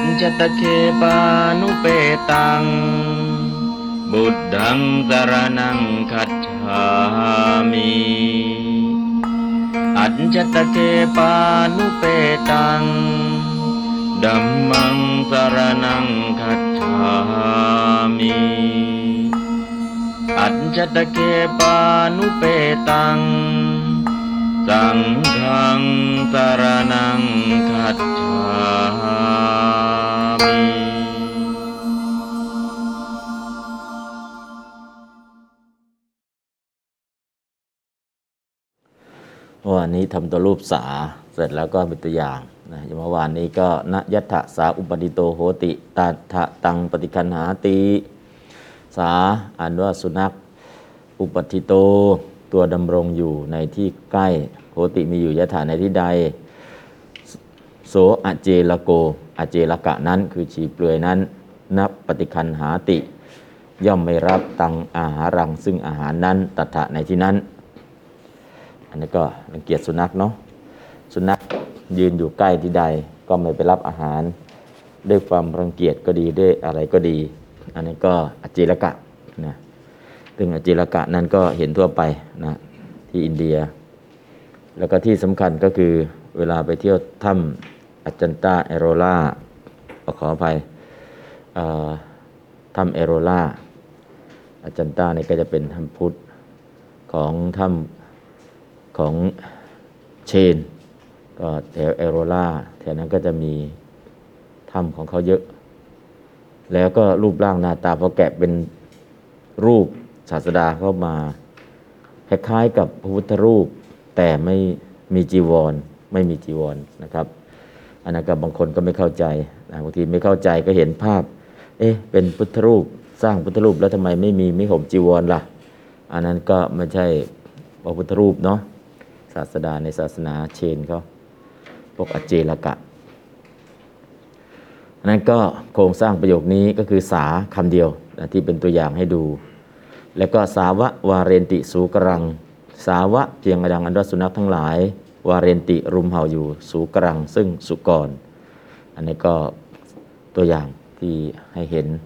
จตเคปานุเปตังบุตตังสรณังคัจฉามิอัจจตเคปานุเปตังธัมมังสรณังคัจฉามิอัจจตเคปานุเปตังสังฆังสรณังคัจฉามิวันนี้ทำตัวรูปสาเสร็จแล้วก็เป็นตัวอย่างนะเมื่อวานนี้ก็ณยัตถะสาอุปนิโตโหติตัทธะตังปฏิคันหาติสาอ่านว่าสุนัขอุปทิโตตัวดำรงอยู่ในที่ใกล้โหติมีอยู่ยัตถะในที่ใดโสอเจลโกอเจลกะนั้นคือฉีเปลือยนั้นนับปฏิคันหาติย่อมไม่รับตังอาหารังซึ่งอาหารนั้นตัทธะในที่นั้นอันนี้ก็รังเกียจสุนัขเนาะสุนัขยืนอยู่ใกล้ที่ใดก็ไม่ไปรับอาหารด้วยความรังเกียจก็ดีด้วยอะไรก็ดีอันนี้ก็อเจลกะนะซึ่งอเจลกะนั้นก็เห็นทั่วไปนะที่อินเดียแล้วก็ที่สำคัญก็คือเวลาไปเที่ยวถ้ำอัจจันตาเอโรล่าขออภัยถ้ำเอโรล่าอัจจันตานี่ก็จะเป็นถ้ำพุทธของถ้ำของเชนก็แถวเอโรล่าแถวนั้นก็จะมีถ้ำของเขาเยอะแล้วก็รูปร่างหน้าตาพอแกะเป็นรูปศาสดาเข้ามาคล้ายๆกับพระพุทธรูปแต่ไม่มีจีวรไม่มีจีวรนะครับอันนั้นก็บางคนก็ไม่เข้าใจบางทีไม่เข้าใจก็เห็นภาพเป็นพุทธรูปสร้างพุทธรูปแล้วทำไมไม่ห่มจีวรล่ะอันนั้นก็ไม่ใช่พระพุทธรูปเนาะศาสดาในศาสนาเชนเขาพวกอเจลกะนั้นก็โครงสร้างประโยคนี้ก็คือสาคำเดียวนะที่เป็นตัวอย่างให้ดูแล้วก็สาวะวาเรนติสูกรังสาวะเพียงดังอันว่าสุนัขทั้งหลายวาเรนติรุมเห่าอยู่สูกรังซึ่งสุกรอันนี้ก็ตัวอย่างที่ให้เห็น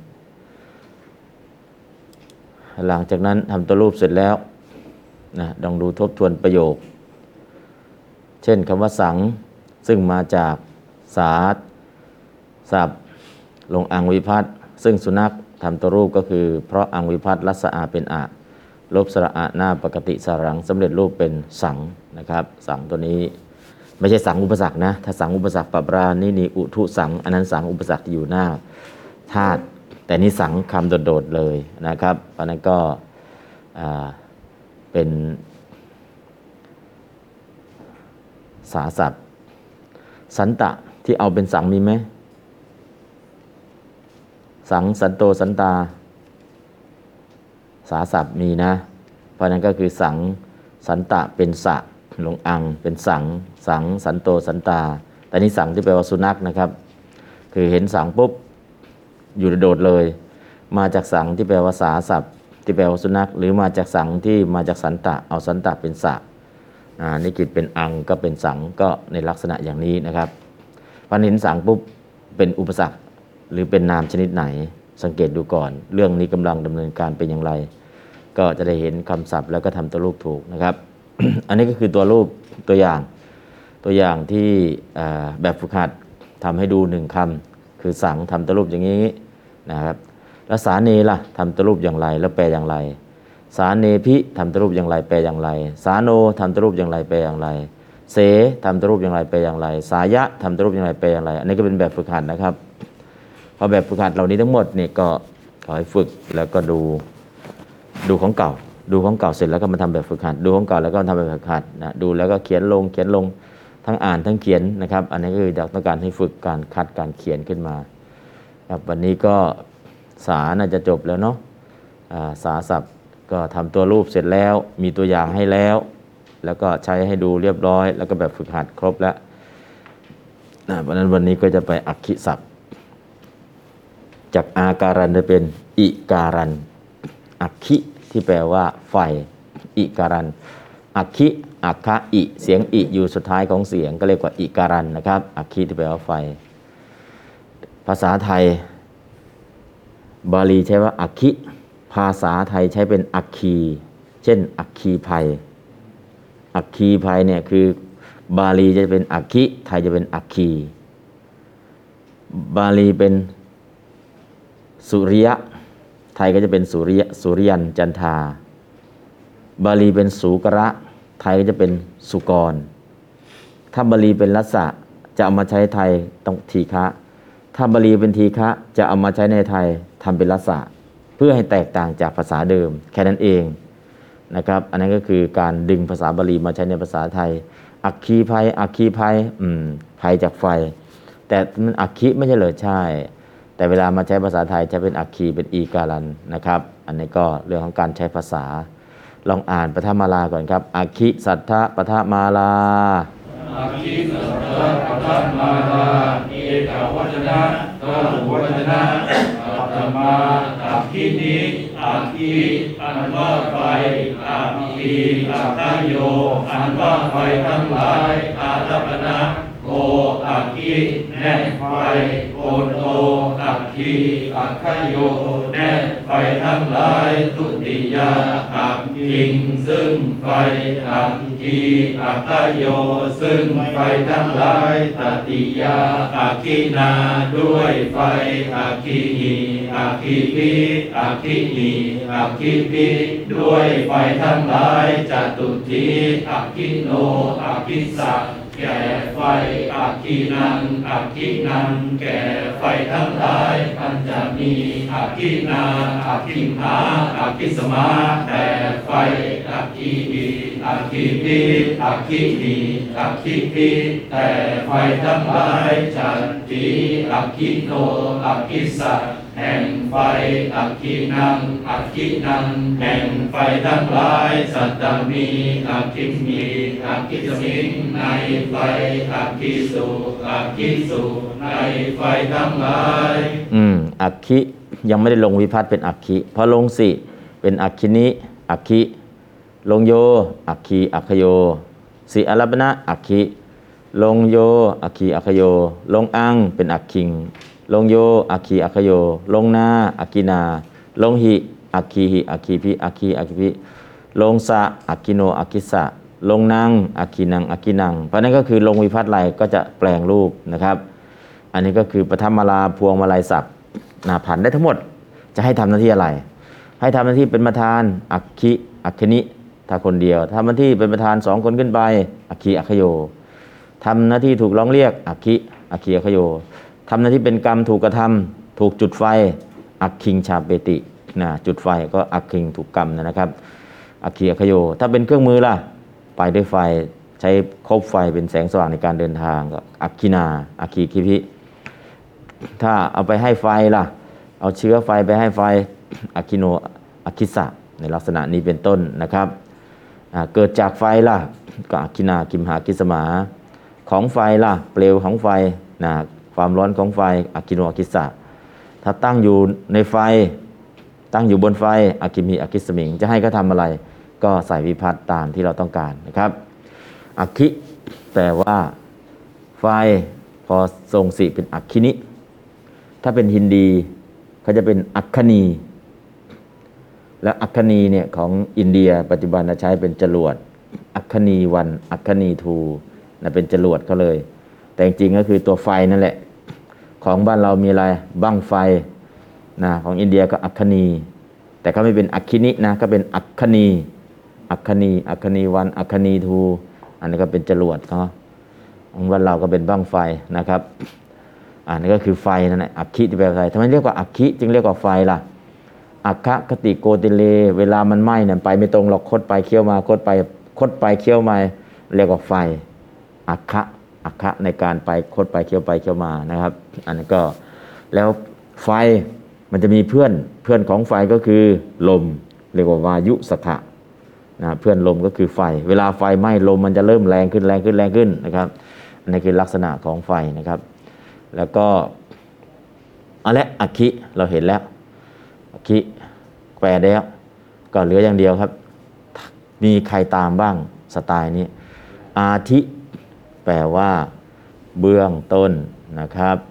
หลังจากนั้นทำตัวรูปเสร็จแล้วนะลองดูทบทวนประโยคเช่นคำว่าสังซึ่งมาจากสาศัพท์ลงอังวิภัตซึ่งสุนัขทำตัวรูปก็คือเพราะอังวิภัตรัสอาเป็นอะลบสระอะหน้าปกติสรังสำเร็จรูปเป็นสังนะครับสังตัวนี้ไม่ใช่สังอุปสรรคนะถ้าสังอุปสรรคปปรานี่อุทุสังอันนั้นสังอุปสรรคที่อยู่หน้าธาตุแต่นี่สังคำโดดๆเลยนะครับเพราะนั้นก็เป็นสาศัพท์สันตะที่เอาเป็นสังมีไหมสังสันโตสันตาสาศัพท์มีนะเพราะนั้นก็คือสังสันตะเป็นสะลงอังเป็นสังสันโตสันตาแต่นี่สังที่แปลว่าสุนัขนะครับคือเห็นสังปุ๊บอยู่โดดเลยมาจากสังที่แปลว่าสาศัพท์ที่แปลว่าสุนัขหรือมาจากสังที่มาจากสันตะเอาสันตะเป็นสะนิกิตเป็นอังก็เป็นสังก็ในลักษณะอย่างนี้นะครับพอเห็นสังปุ๊บเป็นอุปสรรคหรือเป็นนามชนิดไหนสังเกตดูก่อนเรื่องนี้กำลังดำเนินการเป็นอย่างไรก็จะได้เห็นคำศัพท์แล้วก็ทำตัวรูปถูกนะครับ อันนี้ก็คือตัวรูปตัวอย่างที่แบบฝึกหัดทำให้ดูหนึ่งคำคือสังทำตัวรูปอย่างนี้นะครับแล้วสาเนล่ะทำตัวรูปอย่างไรแล้วแปลอย่างไรสาเนพิทำตัวรูปอย่างไรแปลอย่างไรสาโนทำตัวรูปอย่างไรแปลอย่างไรเสทำตัวรูปอย่างไรแปลอย่างไรสายะทำตัวรูปอย่างไรแปลอย่างไรอันนี้ก็เป็นแบบฝึกหัดนะครับพอแบบฝึกหัดเหล่านี้ทั้งหมดเนี่ยก็ขอให้ฝึกแล้วก็ดูของเก่าเสร็จแล้วก็มาทำแบบฝึกหัดดูของเก่าแล้วก็ทำแบบฝึกหัดนะดูแล้วก็เขียนลงทั้งอ่านทั้งเขียนนะครับอันนี้ก็คือต้องการให้ฝึกการคัดการเขียนขึ้นมาครับวันนี้ก็สาน่าจะจบแล้วเนาะสาศัพท์ก็ทำตัวรูปเสร็จแล้วมีตัวอย่างให้แล้วก็ใช้ให้ดูเรียบร้อยแล้วก็แบบฝึกหัดครบแล้วเพราะนั้นวันนี้ก็จะไปอักขิศัพท์จากอาการันจะเป็นอิการันอักขิที่แปลว่าไฟอิการันอักขิอักขะอิเสียงอิอยู่สุดท้ายของเสียงก็เรียกว่าอิการันนะครับอักขิที่แปลว่าไฟพภาษาไทยบาลีใช้ว่าอัคคิภาษาไทยใช้เป็นอัคคีเช่นอัคคีภัยอัคคีภัยเนี่ยคือบาลีจะเป็นอัคคิไทยจะเป็นอัคคีบาลีเป็นสุริยะไทยก็จะเป็นสุริยันจันทาบาลีเป็นสูกระไทยก็จะเป็นสุกรถ้าบาลีเป็นลัสสะจะเอามาใช้ไทยต้องทีฆะถ้าบาลีเป็นทีฆะจะเอามาใช้ในไทยทำเป็นลัสสะเพื่อให้แตกต่างจากภาษาเดิมแค่นั้นเองนะครับอันนั้นก็คือการดึงภาษาบาลีมาใช้ในภาษาไทยอัคคีภัยอัคคีภัยภัยจากไฟแต่มันอัคคีไม่ใช่เหรอใช่แต่เวลามาใช้ภาษาไทยใช้เป็นอัคคีเป็นอีการันนะครับอันนี้ก็เรื่องของการใช้ภาษาลองอ่านปฐมาลาก่อนครับอัคคีสัทธะปฐมาลาอาคิสัทธะปฐมาลาเอกวัจนะตหุวัจนะปัตตมาอัคคินิอัคคีอันว่าไฟอัคคีอัคคโยอันว่าไฟทั้งหลายอาทัปนะโกอัคคีแน่ไฟโกโตอัคคีอัคคโยแน่ไฟทั้งหลายทุติยาอัคคิงซึ่งไฟอัคคีอัคคโยซึ่งไฟทั้งหลายตติยาอัคคินาด้วยไฟอัคคีหีอัคคีปิอัคคีหีอัคคีปิด้วยไฟทั้งหลายจตุทีอัคคิโนอัคคิสักแก่ไฟอัคคีนังอัคคีนังแก่ไฟทั้งหลายปัญจมีอัคคีนาอัคคีหาอัคคีสมาแต่ไฟอัคคีหีอัคคีปิอัคคีหีอัคคีปิแต่ไฟทั้งหลายจัตติอัคคีโนอัคคีสักแห่งไฟอัคคีนังอัคคีนังแห่งไฟทั้งหลายสัตตมีอัคคีมีอัคคีสมิงในไฟอัคคีสุอัคคีสุในไฟทั้งหลายอัคคียังไม่ได้ลงวิภัตเป็นอัคคีพอลงสิเป็นอัคคินิอัคคีลงโยอัคคีอัคคโยสิอารัปนะอัคคีลงโยอัคคีอัคคโยลงอังเป็นอัคคิงลงโยอัคคีอัคคโยลงนาอัคคีนาลงหิอัคคีหิอัคคีพิอัคคีอัคคีพิลงสะอัคคีโนอัคคีสะลงนังอัคคีนังอัคคีนังเพราะนั้นก็คือลงวิภัตไลก็จะแปลงรูปนะครับอันนี้ก็คือปฐมมาลาพวงมาลัยศัพท์ผันได้ทั้งหมดจะให้ทำหน้าที่อะไรให้ทำหน้าที่เป็นประธานอัคคีอัคคณิถ้าคนเดียวทำหน้าที่เป็นประธาน2คนขึ้นไปอัคคีอัคคโยทำหน้าที่ถูกร้องเรียกอัคคีอัคคีอัคคโยทำหน้าที่เป็นกรรมถูกกระทำถูกจุดไฟอัคคิงชาเปติจุดไฟก็อัคคิงถูกกรรมนะครับอัคคีอัคคโยถ้าเป็นเครื่องมือล่ะไปด้วยไฟใช้คบไฟเป็นแสงสว่างในการเดินทางก็อัคคินาอัคคีคิพิถ้าเอาไปให้ไฟล่ะเอาเชื้อไฟไปให้ไฟอัคคิโนอัคคิสะในลักษณะนี้เป็นต้นนะครับเกิดจากไฟล่ะก็อัคคินากิมหากิสมาของไฟล่ะเปลวของไฟความร้อนของไฟอัคคิโนอัคคิสะถ้าตั้งอยู่ในไฟตั้งอยู่บนไฟอัคคิมีอัคคิสมิงจะให้เขาทำอะไรก็ใส่วิภัตตามที่เราต้องการนะครับอัคคิแปลว่าไฟพอทรงสิเป็นอัคคินิถ้าเป็นฮินดีเขาจะเป็นอัคคณีและอัคคณีเนี่ยของอินเดียปัจจุบันใช้เป็นจรวดอัคคณีวันอัคคณีทูเป็นจรวดเขาเลยแต่จริงๆก็คือตัวไฟนั่นแหละของบ้านเรามีอะไรบั้งไฟของอินเดียก็อัคคณีแต่ก็ไม่เป็นอัคคินิก็เป็นอัคคณีอัคคณีอัคคณีวันอัคคณีทูอันนี้ก็เป็นจรวดของบ้านเราก็เป็นบั้งไฟนะครับอันนี้ก็คือไฟนั่นแหละอัคคิที่แปลว่าไฟทำไมเรียกว่าอัคคิจึงเรียกว่าไฟล่ะอัคคะคติโกติเลเวลามันไหม้เนี่ยไปไม่ตรงหรอกคดไปเคี้ยวมาคดไปเคี้ยวมาเรียกว่าไฟอัคคะในการไปคดไปเคี้ยวไปเคี้ยวมานะครับอันนี้ก็แล้วไฟมันจะมีเพื่อนของไฟก็คือลมเรียกว่าวายุสขะเพื่อนลมก็คือไฟเวลาไฟไหม้ลมมันจะเริ่มแรงขึ้นนะครับอันนี้คือลักษณะของไฟนะครับแล้วก็อัคคิเราเห็นแล้วอัคคิแปลแล้วก็เหลืออย่างเดียวครับมีใครตามบ้างสไตล์นี้อาทิแปลว่าเบื้องต้นนะครับ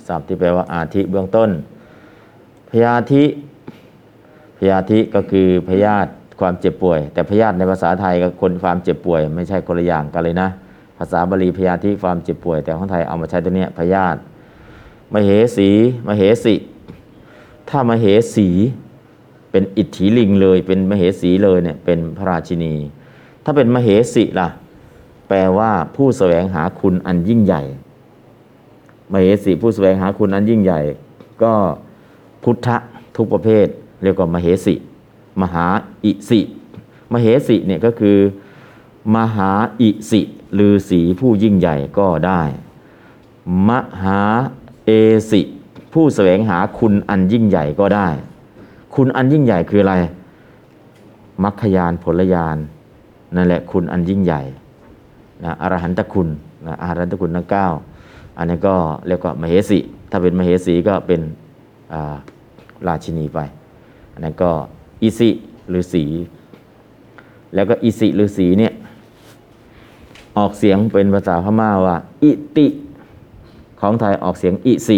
ศัพท์ที่แปลว่าอาทิเบื้องต้นพยาธิก็คือพยาธิความเจ็บป่วยแต่พยาธิในภาษาไทยกับคนความเจ็บป่วยไม่ใช่คนละอย่างกันเลยนะภาษาบาลีพยาธิความเจ็บป่วยแต่ของไทยเอามาใช้ตัวเนี้ยพยาธิมเหสีถ้ามเหสีเป็นอิทธิลิงเลยเป็นมเหสีเลยเนี่ยเป็นพระราชินีถ้าเป็นมเหสีล่ะแปลว่าผู้แสวงหาคุณอันยิ่งใหญ่มเหสีผู้แสวงหาคุณอันยิ่งใหญ่ก็พุทธะทุกประเภทเรียกว่ามเหสีมหาอิสิมเหสีเนี่ยก็คือมหาอิสิฤาษีผู้ยิ่งใหญ่ก็ได้มหาเอสิผู้แสวงหาคุณอันยิ่งใหญ่ก็ได้คุณอันยิ่งใหญ่คืออะไรมรรคญาณผลญาณนั่นแหละคุณอันยิ่งใหญ่นะอรหันตคุณนะอรหันตคุณทั้ง9อันนี้ก็เรียกว่ามเหสีถ้าเป็นมเหสีก็เป็นราชินีไปอันนั้นก็อิสิฤาษีแล้วก็อิสิฤาษีเนี่ยออกเสียงเป็นภาษาพม่าว่าอิติของไทยออกเสียงอิสิ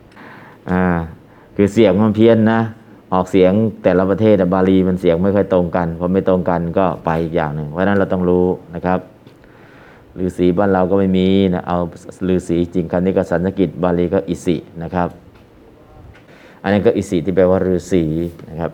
คือเสียงมันเพี้ยนนะออกเสียงแต่ละประเทศบาลีมันเสียงไม่ค่อยตรงกันพอไม่ตรงกันก็ไปอีกอย่างหนึ่งเพราะฉะนั้นเราต้องรู้นะครับฤาษีบ้านเราก็ไม่มีนะเอาฤาษีจริงคำนี้ก็สันสกฤตบาลีก็อิสินะครับอันนั้นก็อิสิที่แปลว่าฤาษีนะครับ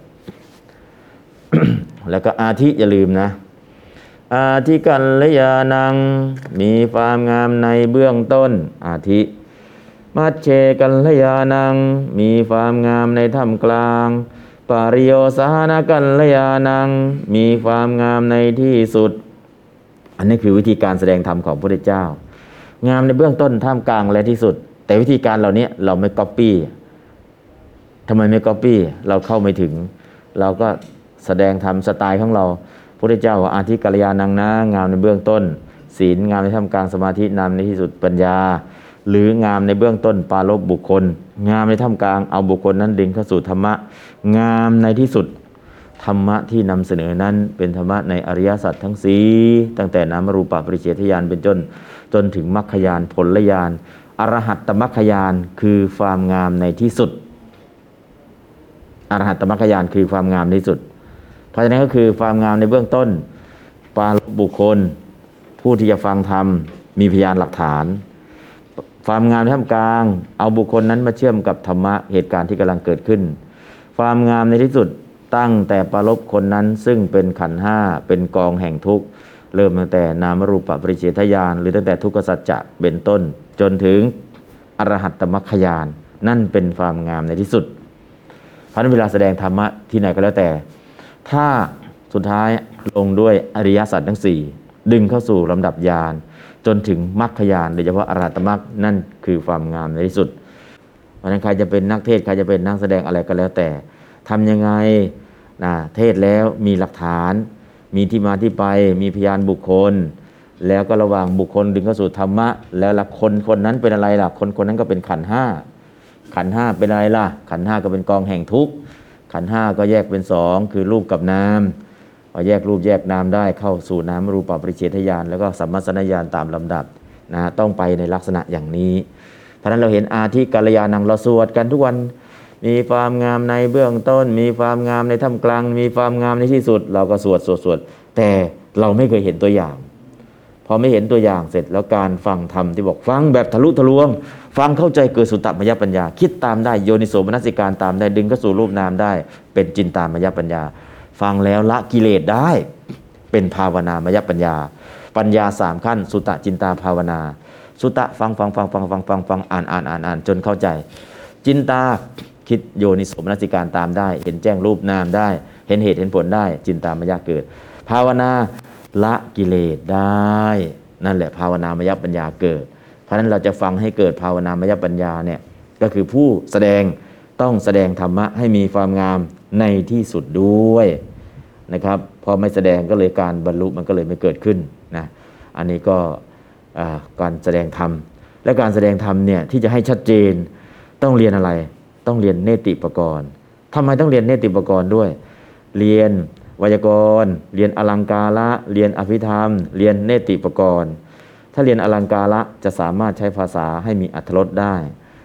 แล้วก็อาทิอย่าลืมนะอาทิกัลยาณังมีความงามในเบื้องต้นอาทิมัชเชกัลยาณังมีความงามในท่ามกลางปาริโยสหนกัลยาณังมีความงามในที่สุดอันนี้คือวิธีการแสดงธรรมของพระพุทธเจ้างามในเบื้องต้นท่ามกลางและที่สุดแต่วิธีการเหล่านี้เราไม่ก๊อปปี้ทำไมไม่ก๊อปปี้เราเข้าไม่ถึงเราก็แสดงธรรมสไตล์ของเราพระพุทธเจ้าว่าอาทิกัลยาณังนะงามในเบื้องต้นศีลงามในท่ามกลางสมาธิงามในที่สุดปัญญาหรืองามในเบื้องต้นปารภบุคคลงามในท่ามกลางเอาบุคคลนั้นดึงเข้าสู่ธรรมะงามในที่สุดธรรมะที่นำเสนอนั้นเป็นธรรมะในอริยสัจทั้งสี่ตั้งแต่นามรูปปริเฉทญาณเป็นจนถึงมรรคญาณผลญาณอรหัตตมรรคญาณคือความงามในที่สุดอรหัตตมรรคญาณคือความงามที่สุดเพราะฉะนั้นก็คือความงามในเบื้องต้นปารภบุคคลผู้ที่จะฟังธรรมมีพยานหลักฐานความงามในท่ามกลางเอาบุคคลนั้นมาเชื่อมกับธรรมะเหตุการณ์ที่กำลังเกิดขึ้นความงามในที่สุดตั้งแต่ปารภคนนั้นซึ่งเป็นขันธ์ห้าเป็นกองแห่งทุกข์เริ่มตั้งแต่นามรูปปริเฉทญาณหรือตั้งแต่ทุกขสัจจะเป็นต้นจนถึงอรหัตตมรรคญาณนั่นเป็นความงามในที่สุดเพราะนั้นเวลาแสดงธรรมะที่ไหนก็แล้วแต่ถ้าสุดท้ายลงด้วยอริยสัจทั้งสี่ดึงเข้าสู่ลำดับญาณจนถึงมรรคญาณโดยเฉพาะอรหัตตมรรคนั่นคือความงามในที่สุดเพราะฉะนั้นใครจะเป็นนักเทศใครจะเป็นนักแสดงอะไรก็แล้วแต่ทำยังไงเทศแล้วมีหลักฐานมีที่มาที่ไปมีพยานบุคคลแล้วก็ระหว่างบุคคลดึงเข้าสู่ธรรมะแล้วละคนนั้นเป็นอะไรล่ะคนนั้นก็เป็นขันธ์ห้าเป็นอะไรล่ะขันธ์ห้าก็เป็นกองแห่งทุกข์ขันธ์ห้าก็แยกเป็นสองคือรูปกับนามพอแยกรูปแยกนามได้เข้าสู่นามรูปปริเฉทญาณแล้วก็สัมมัสสนญาณตามลำดับต้องไปในลักษณะอย่างนี้เพราะฉะนั้นเราเห็นอาทิกัลยาณังเราสวดกันทุกวันมีความงามในเบื้องต้นมีความงามในท่ามกลางมีความงามในที่สุดเราก็สวดแต่เราไม่เคยเห็นตัวอย่างพอไม่เห็นตัวอย่างเสร็จแล้วการฟังธรรมที่บอกฟังแบบทะลุทะลวงฟังเข้าใจเกิดสุตตมยปัญญาคิดตามได้โยนิโสมนสิการตามได้ดึงเข้าสู่รูปนามได้เป็นจินตามยปัญญาฟังแล้วละกิเลสได้เป็นภาวนามยปัญญาปัญญา3ขั้นสุตตจินตาภาวนาสุตตะฟังอ่านจนเข้าใจจินตาคิดโยนิโสมนสิการตามได้เห็นแจ้งรูปนามได้เห็นเหตุเห็นผลได้จินตามยเกิดภาวนาละกิเลสได้นั่นแหละภาวนามยปัญญาเกิดเพราะฉะนั้นเราจะฟังให้เกิดภาวนามยปัญญาเนี่ยก็คือผู้แสดงต้องแสดงธรรมะให้มีความงามในที่สุดด้วยนะครับพอไม่แสดงก็เลยการบรรลุมันก็เลยไม่เกิดขึ้นนะอันนี้ก็การแสดงธรรมและการแสดงธรรมเนี่ยที่จะให้ชัดเจนต้องเรียนอะไรต้องเรียนเนติปกรณ์ทำไมต้องเรียนเนติปกรณ์ด้วยเรียนไวยากรณ์เรียนอลังการะเรียนอภิธรรมเรียนเนติปกรณ์ถ้าเรียนอลังการะจะสามารถใช้ภาษาให้มีอรรถรสได้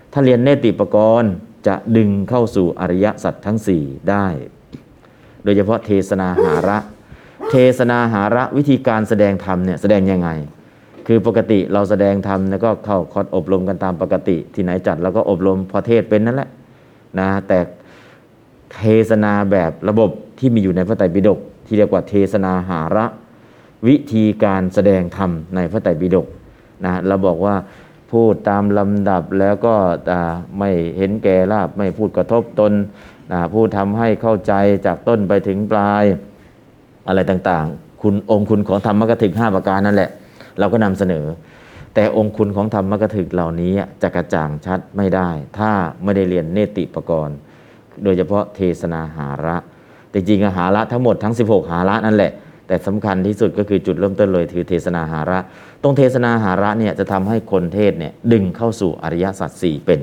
ถ้าเรียนเนติปกรณ์จะดึงเข้าสู่อริยสัจทั้ง4ได้โดยเฉพาะเทศนาหาระเทศนาหาระวิธีการแสดงธรรมเนี่ยแสดงยังไงคือปกติเราแสดงธรรมแล้วก็เข้าคอร์สอบรมกันตามปกติที่ไหนจัดแล้วก็อบรมพอเทศเป็นนั่นแหละนะแต่เทศนาแบบระบบที่มีอยู่ในพระไตรปิฎกที่เรียกว่าเทศนาหาระวิธีการแสดงธรรมในพระไตรปิฎกนะเราบอกว่าพูดตามลำดับแล้วก็ไม่เห็นแก่ลาภไม่พูดกระทบตนพูดทำให้เข้าใจจากต้นไปถึงปลายอะไรต่างๆคุณองค์คุณของธรรมกถึก5ประการนั่นแหละเราก็นำเสนอแต่องค์คุณของธรรมกถึกเหล่านี้จะกระจ่างชัดไม่ได้ถ้าไม่ได้เรียนเนติปกรณ์โดยเฉพาะเทศนาหาระแต่จริงๆหาระทั้งหมดทั้ง16หาระนั่นแหละแต่สำคัญที่สุดก็คือจุดเริ่มต้นเลยคือเทศนาหาระตรงเทศนาหาระเนี่ยจะทำให้คนเทศเนี่ยดึงเข้าสู่อริยสัจ4เป็น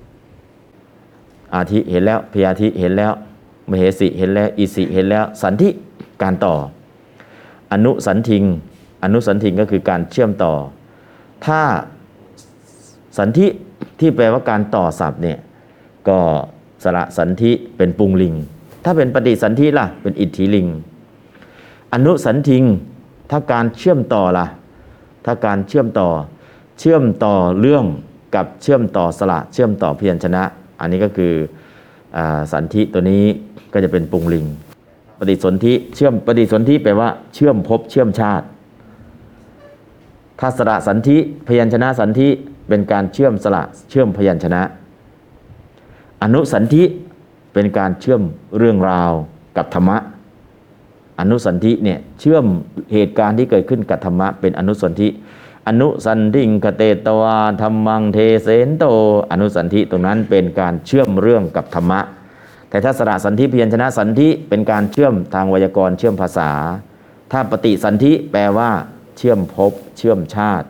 อาทิเห็นแล้วพยาธิเห็นแล้วมเหสิเห็นแล้วอิสิเห็นแล้วสันธิการต่ออนุสันทิงก็คือการเชื่อมต่อถ้าสันธิที่แปลว่าการต่อศัพท์เนี่ยก็สระสันธิเป็นปุงลิงถ้าเป็นปฏิสันธิล่ะเป็นอิทธิลิงอนุสันทิงถ้าการเชื่อมต่อล่ะถ้าการเชื่อมต่อเรื่องกับเชื่อมต่อสระเชื่อมต่อพยัญชนะอันนี้ก็คือสันธิตัวนี้ก็จะเป็นปุงลิงปฏิสนธิปฏิสนธิแปลว่าเชื่อมภพเชื่อมชาติถ้าสระสันธิพยัญชนะสันธิเป็นการเชื่อมสระเชื่อมพยัญชนะอนุสันธิเป็นการเชื่อมเรื่องราวกับธรรมะอนุสันธิเนี่ยเชื่อมเหตุการณ์ที่เกิดขึ้นกับธรรมะเป็นอนุสันธิอนุสันทิงคเตตวาธัมมังเทเสนโตอนุสันธิตรงนั้นเป็นการเชื่อมเรื่องกับธรรมะแต่ถ้าสระสันธิพยัญชนะสันธิเป็นการเชื่อมทางไวยากรณ์เชื่อมภาษาถ้าปฏิสันธิแปลว่าเชื่อมภพเชื่อมชาติ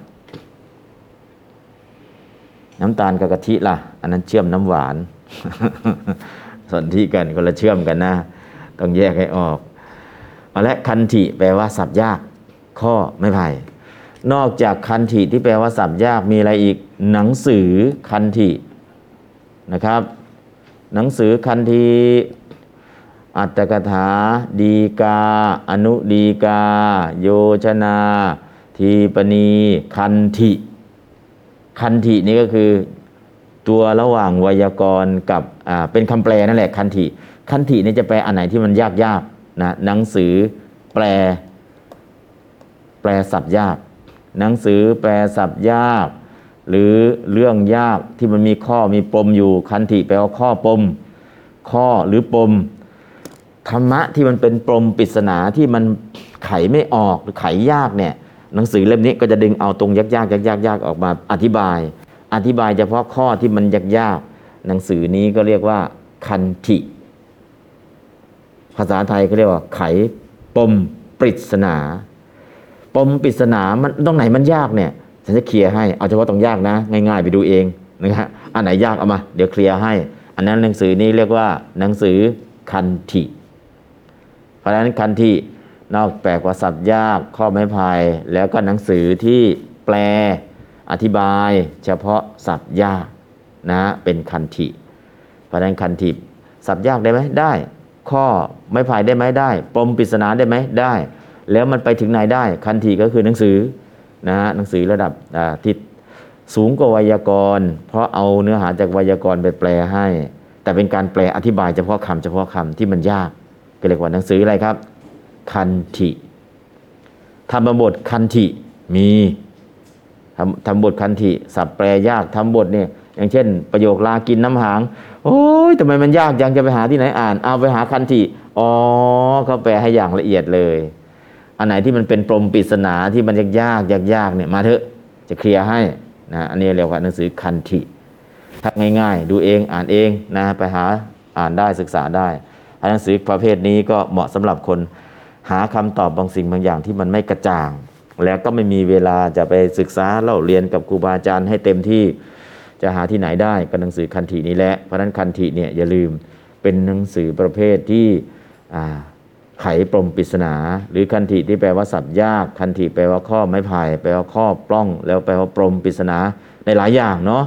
น้ำตาลกับกะทิล่ะอันนั้นเชื่อมน้ำหวาน สันธิกันคนละเชื่อมกันนะต้องแยกให้ออกและคันธิแปลว่าสับยากข้อไม้ไผ่นอกจากคันธิที่แปลว่าสับยากมีอะไรอีกหนังสือคันธินะครับหนังสือคันธิอัตถกถาดีกาอนุดีกาโยชนาทีปณีคันธินี่ก็คือตัวระหว่างไวยากรณ์กับเป็นคำแปลนั่นแหละคันธินี่จะแปลอันไหนที่มันยากนะหนังสือแปลศัพท์ยากหนังสือแปลศัพท์ยากหรือเรื่องยากที่มันมีข้อมีปมอยู่คันธิแปลว่าข้อปมข้อหรือปมธรรมะที่มันเป็นปมปริศนาที่มันไขไม่ออกหรือไขยากเนี่ยหนังสือเล่มนี้ก็จะดึงเอาตรงยากออกมาอธิบายเฉพาะข้อที่มันยากหนังสือนี้ก็เรียกว่าคันธิภาษาไทยก็เรียกว่าไขปมปริศนาปมปริศนามันตรงไหนมันยากเนี่ยฉันจะเคลียร์ให้เอาเฉพาะตรงยากนะง่ายๆไปดูเองนะครับอันไหนยากเอามาเดี๋ยวเคลียร์ให้อันนั้นหนังสือนี้เรียกว่าหนังสือคันธิเพราะฉะนั้นคันธินอกแปลกว่าศัพท์ยากข้อไม้พายแล้วก็หนังสือที่แปลอธิบายเฉพาะศัพท์ยากนะเป็นคันธิเพราะฉะนั้นคันธิศัพท์ยากได้ไหมได้ข้อไม้พายได้ไหมได้ปมปริศนาได้ไหมได้แล้วมันไปถึงไหนได้คันธิก็คือหนังสือนะหนังสือระดับที่สูงกว่าไวยากรณ์เพราะเอาเนื้อหาจากไวยากรณ์ไปแปลให้แต่เป็นการแปลอธิบายเฉพาะคำที่มันยากก็เรียกว่าหนังสืออะไรครับคันธิธรรมบทคันธิมีทำบทคันธิศัพท์แปลยากทำบทเนี่ยอย่างเช่นประโยคลากินน้ำหางโอ้ยทำไมมันยากยังจะไปหาที่ไหนอ่านเอาไปหาคันธิเขาแปลให้อย่างละเอียดเลยอันไหนที่มันเป็นปมปริศนาที่มันยากเนี่ยมาเถอะจะเคลียร์ให้นะอันนี้เรียกว่าหนังสือคันธิทักง่ายๆดูเองอ่านเองนะไปหาอ่านได้ศึกษาได้หนังสือประเภทนี้ก็เหมาะสำหรับคนหาคำตอบบางสิ่งบางอย่างที่มันไม่กระจ่างแล้วก็ไม่มีเวลาจะไปศึกษาเล่าเรียนกับครูบาอาจารย์ให้เต็มที่จะหาที่ไหนได้ก็หนังสือคันธินี้แหละเพราะฉะนั้นคันธิเนี่ยอย่าลืมเป็นหนังสือประเภทที่ไขปมปริศนาหรือคันธิที่แปลว่าศัพท์ยากคันธิแปลว่าข้อไม้พายแปลว่าข้อปล้องแล้วแปลว่าปมปริศนาในหลายอย่างเนาะ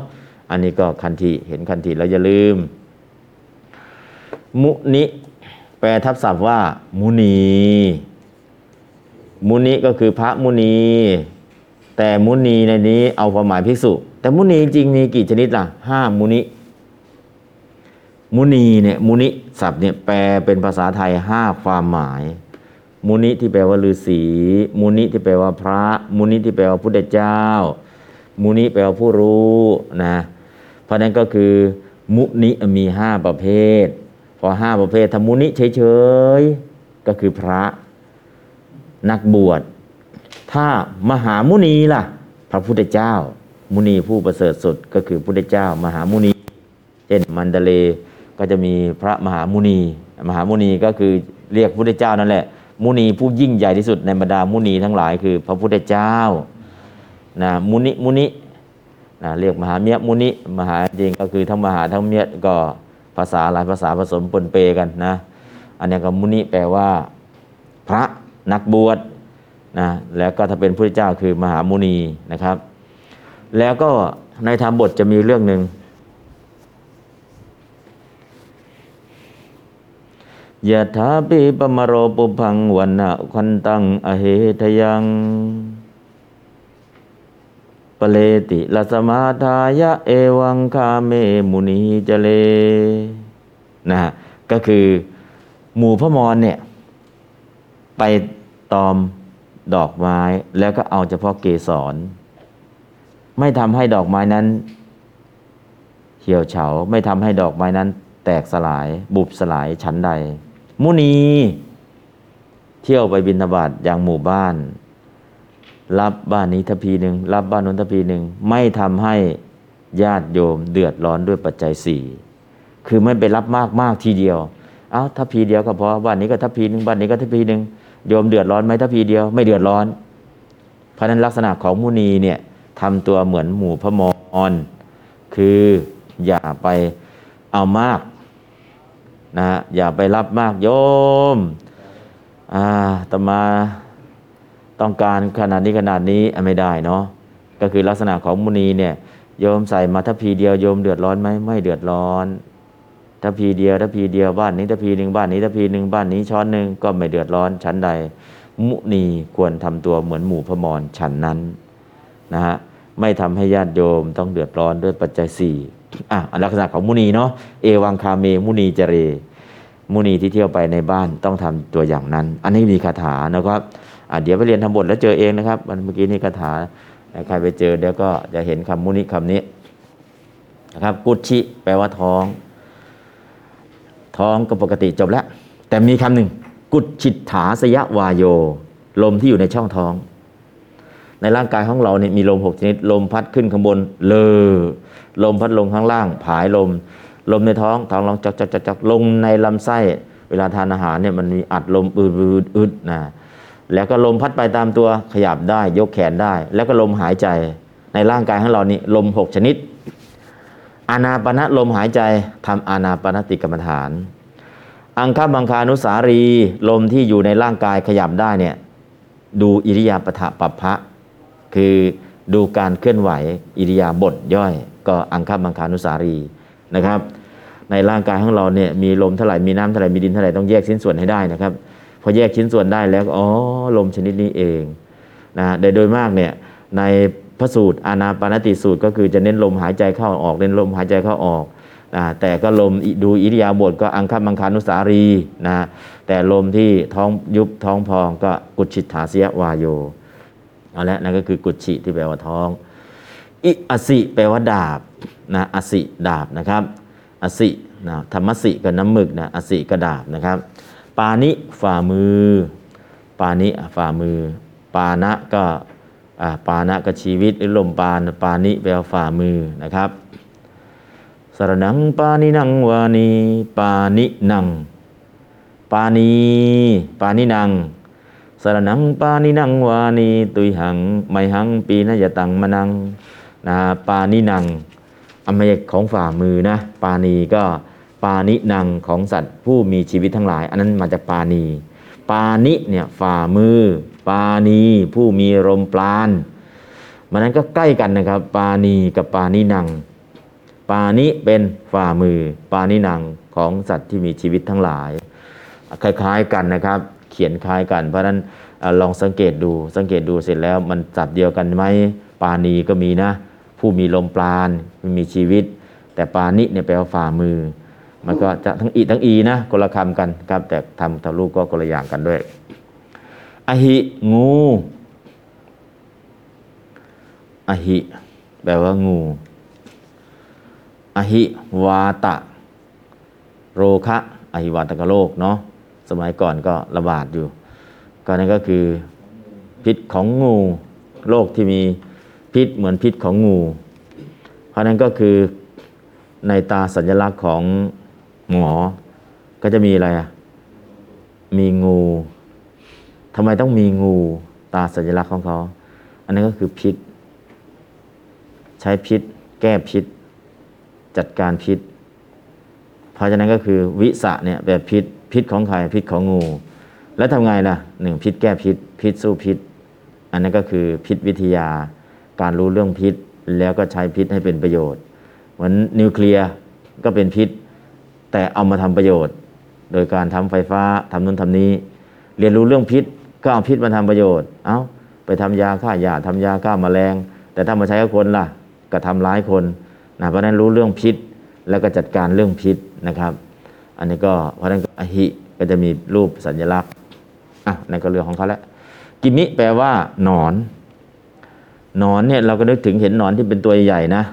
อันนี้ก็คันธิเห็นคันธิแล้วอย่าลืมมุนิแปลทับศัพท์ว่ามุนีมุนิก็คือพระมุนีแต่มุนีในนี้เอาความหมายภิกษุแต่มุนีจริงมีกี่ชนิดล่ะ5มุนิมุนีเนี่ยมุนิศัพท์เนี่ยแปลเป็นภาษาไทย5ความหมายมุนิที่แปลว่าฤาษีมุนิที่แปลว่าพระมุนิที่แปลว่าพุทธเจ้ามุนิแปลว่าผู้รู้นะเพราะนั้นก็คือมุนิมี5ประเภทพอ5ประเภทถ้ามุนิเฉยๆก็คือพระนักบวชถ้ามหามุนีล่ะพระพุทธเจ้ามุนีผู้ประเสริฐสุดก็คือพุทธเจ้ามหามุนีเช่นมันเดเลก็จะมีพระมหามุนีมหามุนีก็คือเรียกพุทธเจ้านั่นแหละมุนีผู้ยิ่งใหญ่ที่สุดในบรรดามุนีทั้งหลายคือพระพุทธเจ้านะมุนินะเรียกมหาเมียมุนิมหาจริงก็คือทั้งมหาทั้งเมียก็ภาษาหลายภาษาผสมปนเปกันนะอันนี้ก็มุนิแปลว่าพระนักบวชนะแล้วก็ถ้าเป็นพระพุทธเจ้าคือมหามุนีนะครับแล้วก็ในธรรมบทจะมีเรื่องหนึ่งยะถาปิปมโรปุพังวันนะคันตังอเหทยังปเลติลัสมาทายะเอวังคาเมมุนีเจเลนะฮะก็คือหมู่พระมรเนี่ยไปตอมดอกไม้แล้วก็เอาเฉพาะเกสรไม่ทำให้ดอกไม้นั้นเหี่ยวเฉาไม่ทำให้ดอกไม้นั้นแตกสลายบุบสลายฉันใดมุนีเที่ยวไปบิณฑบาตอย่างหมู่บ้านรับบ้านนี้ทัพพีหนึ่งรับบ้านนู้นทัพพีหนึ่งไม่ทำให้ญาติโยมเดือดร้อนด้วยปัจจัย4คือไม่ไปรับมากทีเดียวเอาทัพพีเดียวก็พอบ้านนี้ก็ทัพพีหนึ่งบ้านนี้ก็ทัพพีหนึ่งโยมเดือดร้อนไหมทัพพีเดียวไม่เดือดร้อนเพราะนั้นลักษณะของมุนีเนี่ยทำตัวเหมือนหมู่พระมรคืออย่าไปเอามากนะอย่าไปรับมากโยมตมาต้องการขนาดนี้ไม่ได้เนาะก็คือลักษณะของมุนีเนี่ยโยมใส่มาทัพพีเดียวโยมเดือดร้อนไหมไม่เดือดร้อนทัพพีเดียวบ้านนี้ทัพพีหนึ่งบ้านนี้ทัพพีหนึ่งบ้านนี้ช้อนหนึ่งก็ไม่เดือดร้อนชั้นใดมุนีควรทำตัวเหมือนหมู่พระมรฉันนั้นนะฮะไม่ทำให้ญาติโยมต้องเดือดร้อนด้วยปัจจัย4ลักษณะของมุนีเนาะเอวังคาเมมุนีเจเรมุนีที่เที่ยวไปในบ้านต้องทำตัวอย่างนั้นอันนี้มีคาถานะครับเดี๋ยวไปเรียนทำบทแล้วเจอเองนะครับเมื่อกี้นี่คาถาใครไปเจอเดี๋ยวก็จะเห็นคำมุนีคำนี้นะครับกุชิแปลว่าท้องก็ปกติจบแล้วแต่มีคำหนึ่งกุชิตถาสยวาโยลมที่อยู่ในช่องท้องในร่างกายของเราเนี่ยมีลม6ชนิดลมพัดขึ้นข้างบนลมพัดลงข้างล่างผายลมในท้องลองจักลงในลำไส้เวลาทานอาหารเนี่ยมันมีอัดลมอึดนะแล้วก็ลมพัดไปตามตัวขยับได้ยกแขนได้แล้วก็ลมหายใจในร่างกายของเรานี่ลม6ชนิดอานาปนะลมหายใจทำอานาปนติกรรมฐานอังคบังคานุสารีลมที่อยู่ในร่างกายขยับได้เนี่ยดูอิริยาปถปัปพะคือดูการเคลื่อนไหวอิริยาบถย่อยก็อังคบังคานุสารีนะครับในร่างกายของเราเนี่ยมีลมเท่าไหร่มีน้ำเท่าไหร่มีดินเท่าไหร่ต้องแยกชิ้นส่วนให้ได้นะครับพอแยกชิ้นส่วนได้แล้วลมชนิดนี้เองนะโดยมากเนี่ยในพระสูตรอานาปานสติสูตรก็คือจะเน้นลมหายใจเข้าออกเน้นลมหายใจเข้าออกแต่ก็ลมดูอิริยาบถก็อังคบังคานุสารีนะแต่ลมที่ท้องยุบท้องพองก็กุชิตถาสยวาโยเอาละนั่นก็คือกุชิที่แปลว่าท้องอิอสิแปลว่าดาบนะอสิดาบนะครับอสินะธรรมสิกับน้ำหมึกนะอสิก็ดาบนะครับปานิฝ่ามือปานิฝ่ามือปานะก็ปานะก็ชีวิตหรือลมปานปานิแปลว่าฝ่ามือนะครับสรนังปานินังวานีปานินังปานินังสรนังปานินังวานีตุยหังไมหังปีนยตังมนังนะปานินังอเมยของฝ่ามือนะปานีก็ปานินังของสัตว์ผู้มีชีวิตทั้งหลายอันนั้นมาจากปานีปานิเนี่ยฝ่ามือปานีผู้มีลมปราณมันนั้นก็ใกล้กันนะครับปานีกับปานินังปานิเป็นฝ่ามือปานินังของสัตว์ที่มีชีวิตทั้งหลายคล้ายๆกันนะครับเขียนคล้ายกันเพราะฉะนั้นลองสังเกตดูเสร็จแล้วมันสัตว์เดียวกันไหมปานีก็มีนะผู้มีลมปราณมีชีวิตแต่ปานิเนี่ยแปลว่าฝ่ามือมันก็จะทั้งอีทั้งอีนะคนละคำกันครับแต่ทำทำรูปก็คนละอย่างกันด้วยอหิงูอหิแปลว่างูอหิวาตะโรคะอหิวาตกโรคเนาะสมัยก่อนก็ระบาดอยู่ก็นั่นก็คือพิษของงูโรคที่มีพิษเหมือนพิษของงูเพราะนั้นก็คือในตาสัญลักษณ์ของหมอก็จะมีอะไรอ่ะมีงูทำไมต้องมีงูตาสัญลักษณ์ของเขาอันนั้นก็คือพิษใช้พิษแก้พิษจัดการพิษเพราะฉะนั้นก็คือวิสะเนี่ยแบบพิษของใครพิษของงูแล้วทำไงล่ะหนึ่งพิษแก้พิษสู้พิษอันนั้นก็คือพิษวิทยาการรู้เรื่องพิษแล้วก็ใช้พิษให้เป็นประโยชน์เหมือนนิวเคลียร์ก็เป็นพิษแต่เอามาทำประโยชน์โดยการทำไฟฟ้าทำนู่นทำนี้เรียนรู้เรื่องพิษก็เอาพิษมาทำประโยชน์เอาไปทำยาฆ่าหญ้าทำยาฆ่าแมลงแต่ถ้ามาใช้กับคนล่ะก็ทำร้ายคนนะเพราะนั้นรู้เรื่องพิษแล้วก็จัดการเรื่องพิษนะครับอันนี้ก็เพราะนั้นอหิก็จะมีรูปสัญลักษณ์นั่นก็เรื่องของเขาแล้วกิมิแปลว่าหนอนเนี่ยเราก็นึกถึงเห็นหนอนที่เป็นตัวใหญ่นะ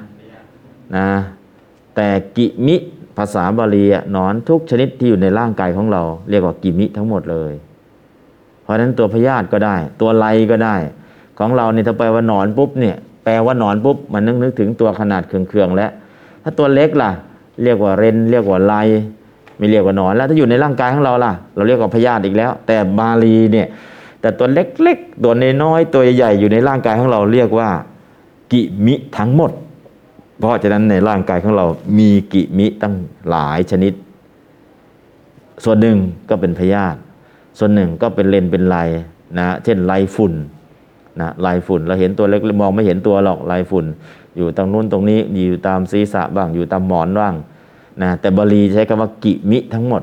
แต่กิมิภาษาบาลีหนอนทุกชนิดที่อยู่ในร่างกายของเราเรียกว่ากิมิทั้งหมดเลยเพราะฉะนั้นตัวพยาธิก็ได้ตัวไลก็ได้ของเราเนี่ยถ้าแปลว่าหนอนปุ๊บเนี่ยแปลว่าหนอนปุ๊บมันนึกถึงตัวขนาดเคืองๆแล้วถ้าตัวเล็กล่ะเรียกว่าเรนเรียกว่าไลไม่เรียกว่าหนอนแล้วถ้าอยู่ในร่างกายของเราล่ะเราเรียกว่าพยาธิอีกแล้วแต่บาลีเนี่ยแต่ตัวเล็กๆตัวน้อยๆตัวใหญ่ๆอยู่ในร่างกายของเราเรียกว่ากิมิทั้งหมดเพราะฉะนั้นในร่างกายของเรามีกิมิตั้งหลายชนิดส่วนหนึ่งก็เป็นพยาธิส่วนหนึ่งก็เป็นเลนเป็นไลนะเช่นไลฝุ่นนะไลฝุ่นเราเห็นตัวเล็กมองไม่เห็นตัวหรอกไลฝุ่นอยู่ตรงนู้นตรงนี้อยู่ตามศีรษะบ้างอยู่ตามหมอนบ้างนะแต่บาลีใช้คำว่ากิมิทั้งหมด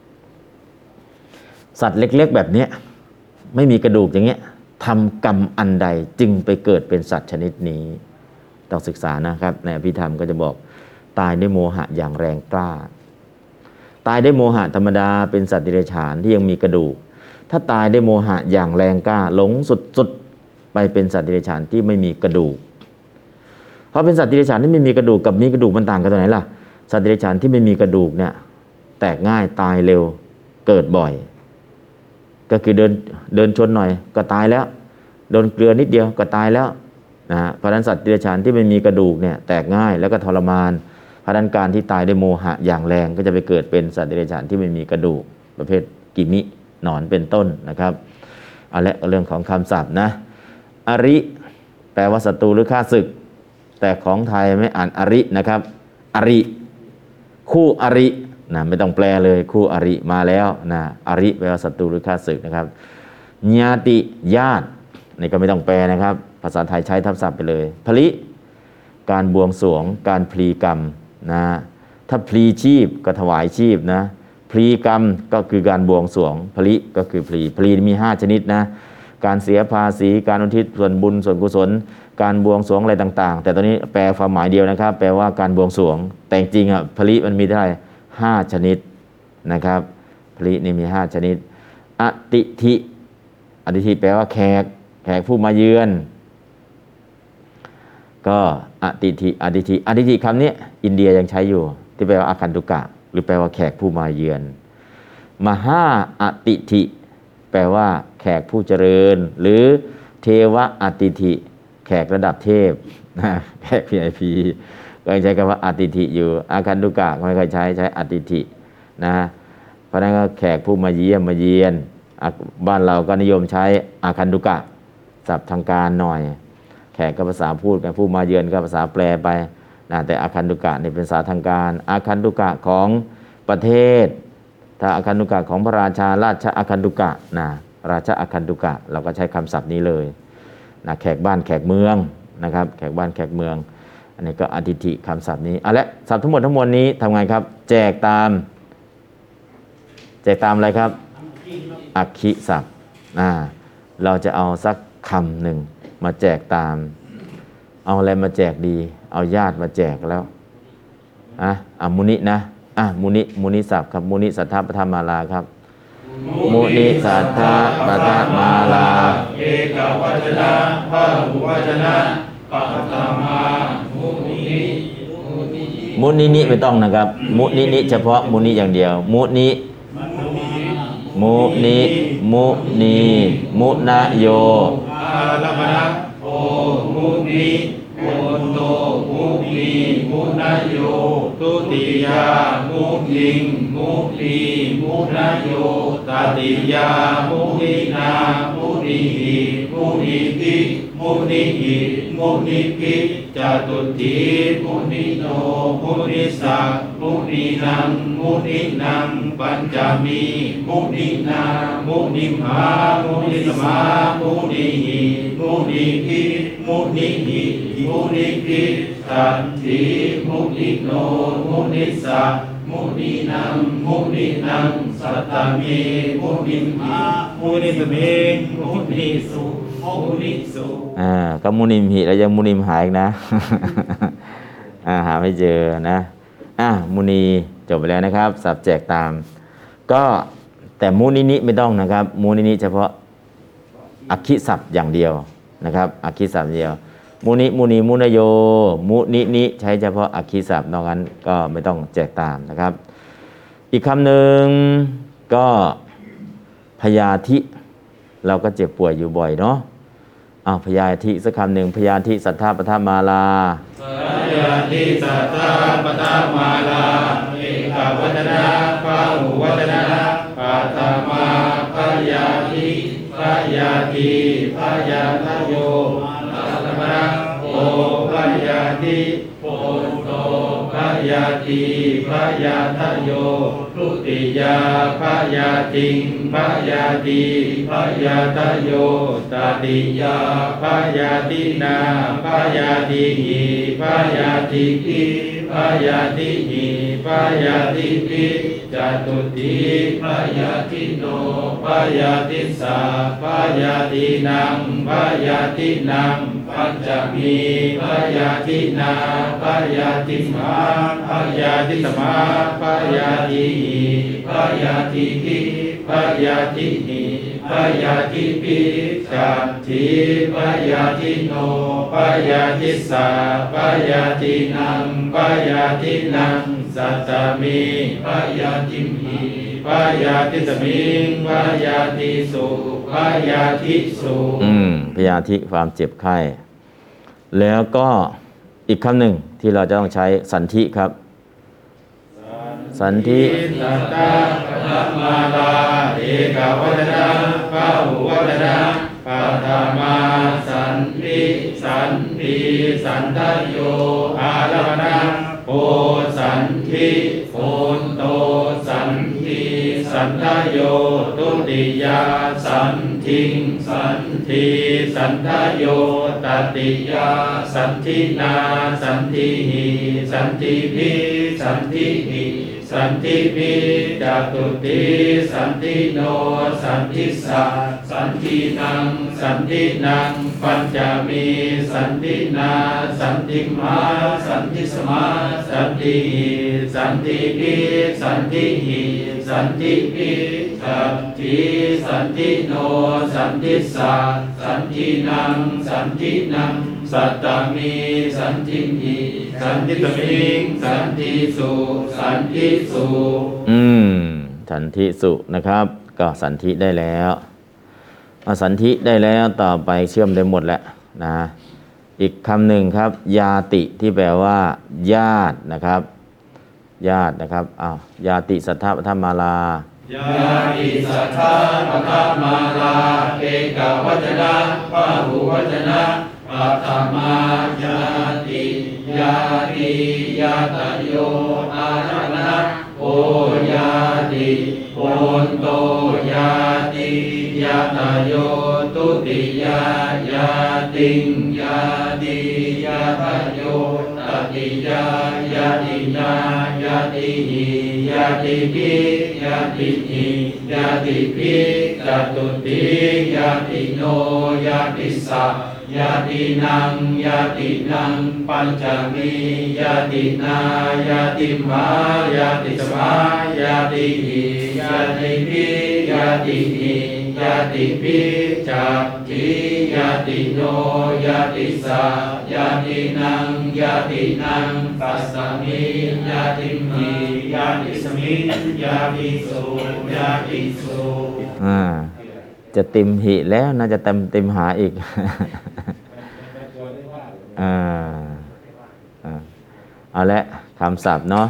สัตว์เล็กๆแบบนี้ไม่มีกระดูกอย่างเงี้ยทำกรรมอันใดจึงไปเกิดเป็นสัตว์ชนิดนี้ต้องศึกษานะครับในอภิธรรมก็จะบอกตายด้วยโมหะอย่างแรงกล้าตายด้วยโมหะธรรมดาเป็นสัตว์เดรัจฉานที่ยังมีกระดูกถ้าตายด้วยโมหะอย่างแรงกล้าหลงสุดๆไปเป็นสัตว์เดรัจฉานที่ไม่มีกระดูกเพราะเป็นสัตว์เดรัจฉานที่ไม่มีกระดูกกับมีกระดูกมันต่างกันตรงไหนล่ะสัตว์เดรัจฉานที่ไม่มีกระดูกเนี่ยแตกง่ายตายเร็วเกิดบ่อยก็คือเดินชนหน่อยก็ตายแล้วโดนเกลือนิดเดียวก็ตายแล้วนะเพราะฉะนั้นสัตว์เดรัจฉานที่ไม่มีกระดูกเนี่ยแตกง่ายแล้วก็ทรมานเพราะฉะนั้นการที่ตายด้วยโมหะอย่างแรงก็จะไปเกิดเป็นสัตว์เดรัจฉานที่ไม่มีกระดูกประเภทกิมิหนอนเป็นต้นนะครับเอาละเรื่องของคำศัพท์นะอริแปลว่าศัตรูหรือข้าศึกแต่ของไทยไม่อ่านอรินะครับอริคู่อรินะไม่ต้องแปลเลยคู่อริมาแล้วนะอริแปลว่าศัตรูหรือข้าศึกนะครับญาติญาตินี่ก็ไม่ต้องแปลนะครับภาษาไทยใช้ทับศัพท์ไปเลยพลิการบวงสรวงการพลีกรรมนะถ้าพลีชีพก็ถวายชีพนะพลีกรรมก็คือการบวงสรวงพลิก็คือพลีมี5ชนิดนะการเสียภาษีการอุทิศส่วนบุญส่วนกุศลการบวงสรวงอะไรต่างๆแต่ตอนนี้แปลความหมายเดียวนะครับแปลว่าการบวงสรวงแต่จริงพลิมันมีเท่าไหร่5ชนิดนะครับพลินี่มี5ชนิดอติธิแปลว่าแขกผู้มาเยือนก็อติธิคำนี้อินเดียยังใช้อยู่ที่แปลว่าอาคันตุกะหรือแปลว่าแขกผู้มาเยือนมหาอติธิแปลว่าแขกผู้เจริญหรือเทวะอติธิแขกระดับเทพแขก VIP ก็ยังใช้คำว่าอติธิอยู่อาคันตุกะไม่ค่อยใช้อติธินะเพราะนั้นก็แขกผู้มาเยี่ยมมาเยียนบ้านเราก็นิยมใช้อาคันตุกะศัพท์ทางการหน่อยแขกก็ภาษาพูดกันผู้มาเยือนก็ภาษาแปลไปนะแต่อาคันตุกะนี่เป็นภาษาทางการอาคันตุกะของประเทศถ้าอาคันตุกะของพระราชาราชอาคันตุกะนะราชอาคันตุกะเราก็ใช้คำศัพท์นี้เลยนะแขกบ้านแขกเมืองนะครับแขกบ้านแขกเมืองอันนี้ก็อทิฏฐิคำศัพท์นี้และศัพท์ทั้งหมดทั้งมวลนี้ทำไงครับแจกตามอะไรครับอักขิศัพท์เราจะเอาสักคำหนึ่งมาแจกตามเอาอะไรมาแจกดีเอาญาติมาแจกแล้วมุนินะมุนิศัพท์ครับมุนิสัทธปทมาลาครับมุนิสัทธปทมาลาเอกวัจนะพหุวจนะปัตตมามุนิไม่ต้องนะครับมุนิเฉพาะมุนิอย่างเดียวมุนิมุนะโยอารัมณะโอมุนิโอนโตมุนีมุนะโยตุติยามุนิงมุนีมุนะโยตติยามุนินามุนิหิมุนิพิมุนิหิมุนิพิจตุติมุนิโนมุนิสักมุนินังมุนินังปัญจมีมุนินามุนิมหามุนิสมามุนิหิมุนิพิมุนิหิมุนิพิสัตถิมุนิโนมุนิสักมุนินังมุนินังสัตตมีมุนิหิมุนิสมิงมุนิสุมุนิสุก็มุนิมหิแล้วยังมุนิมหายอีกนะ หาไม่เจอนะมุนีจบไปแล้วนะครับสับแจกตามก็แต่มุนินิไม่ต้องนะครับมุนินิเฉพาะอักขิศัพท์อย่างเดียวนะครับอักขิศัพท์เดียวมุนิมุนโยมุนินิใช้เฉพาะอักขิศัพท์นอกนั้นก็ไม่ต้องแจกตามนะครับอีกคำหนึ่งก็พยาธิเราก็เจ็บป่วยอยู่บ่อยเนาะพยาธิสักคำหนึ่งพยาธิสัทธปทมาลาพยาธิสัทธปทมาลาเอกวัจนะพหุวจนะปัตตมาพยาธิพยาธิพยาทโยอัตมะโอพยาธิโพโตพยาธิพยาทโยทุติยาพยาติงพยาธิพยาทโยตติยาพยาตินาพยาติหิพยาติพิพยาติหิพยาติพิจตุติพยาติโนพยาติสาพยาตินังพยาตินังปัญจมีพยาตินาพยาติมหาพยาติสมาพยาติหิพยาติพิพยาติหิพยาติพิจัตถิพยาติโนพยาติสาพยาตินังพยาตินังสัตตมีพยาติหิพยาติสมิงพยาติสุพยาติสุพยาธิความเจ็บไข้แล้วก็อีกคำหนึ่งที่เราจะต้องใช้สันธิครับสันธิสัทธปทมาลาเอกวัจนะพหุวจนะปัตตมาสันธิสันทโยอารัมณะโพสันธิโพนโตสันธิสันทโยตุติยาสันทิงสันธิสันทโยตติยาสันทินาสันทิหิสันทิพิสันทิหิสันทิพิจตุติสันทิโนสันทิสาสันทินังสันทินังปัญจมีสันทินาสันทิมหาสันทิสมาสันทิหิสันทิพิสันทิหิสันทิพิสัตถิสันทิโนสันทิสาสันทินังสันทินังสัตตมีสันทิหิสันทิสมิงสันทิสุสันทิสุสันทิสุนะครับก็สันทิได้แล้วสันทิได้แล้วต่อไปเชื่อมได้หมดแล้วนะอีกคำหนึ่งครับยาติที่แปลว่าญาตินะครับญาตินะครับยาติสัทธปทมาลายาติสัทธปทมาลาเอกวัจนะพหุวจนะปัตตมายาติยาตโยอารัมณะโอยาติโอนโตยาติยาตโยตุติยาติงยาติยาตโยตยาติหิยาติภิยาติหิยาติภิจตุติยาติโนยาติสัพยาตินังยาตินังปัญจมียาตินายาติมายาติสมายาติหิยาติภิยาติหิยาติภิจักขิยาติโนยาติสายาตินังยาตินังตัสสมิยาติมิยาติสมิยาติสุยาติสุจะติมหิแล้วน่าจะติมหาอีก เอาละคำศัพท์เนาะ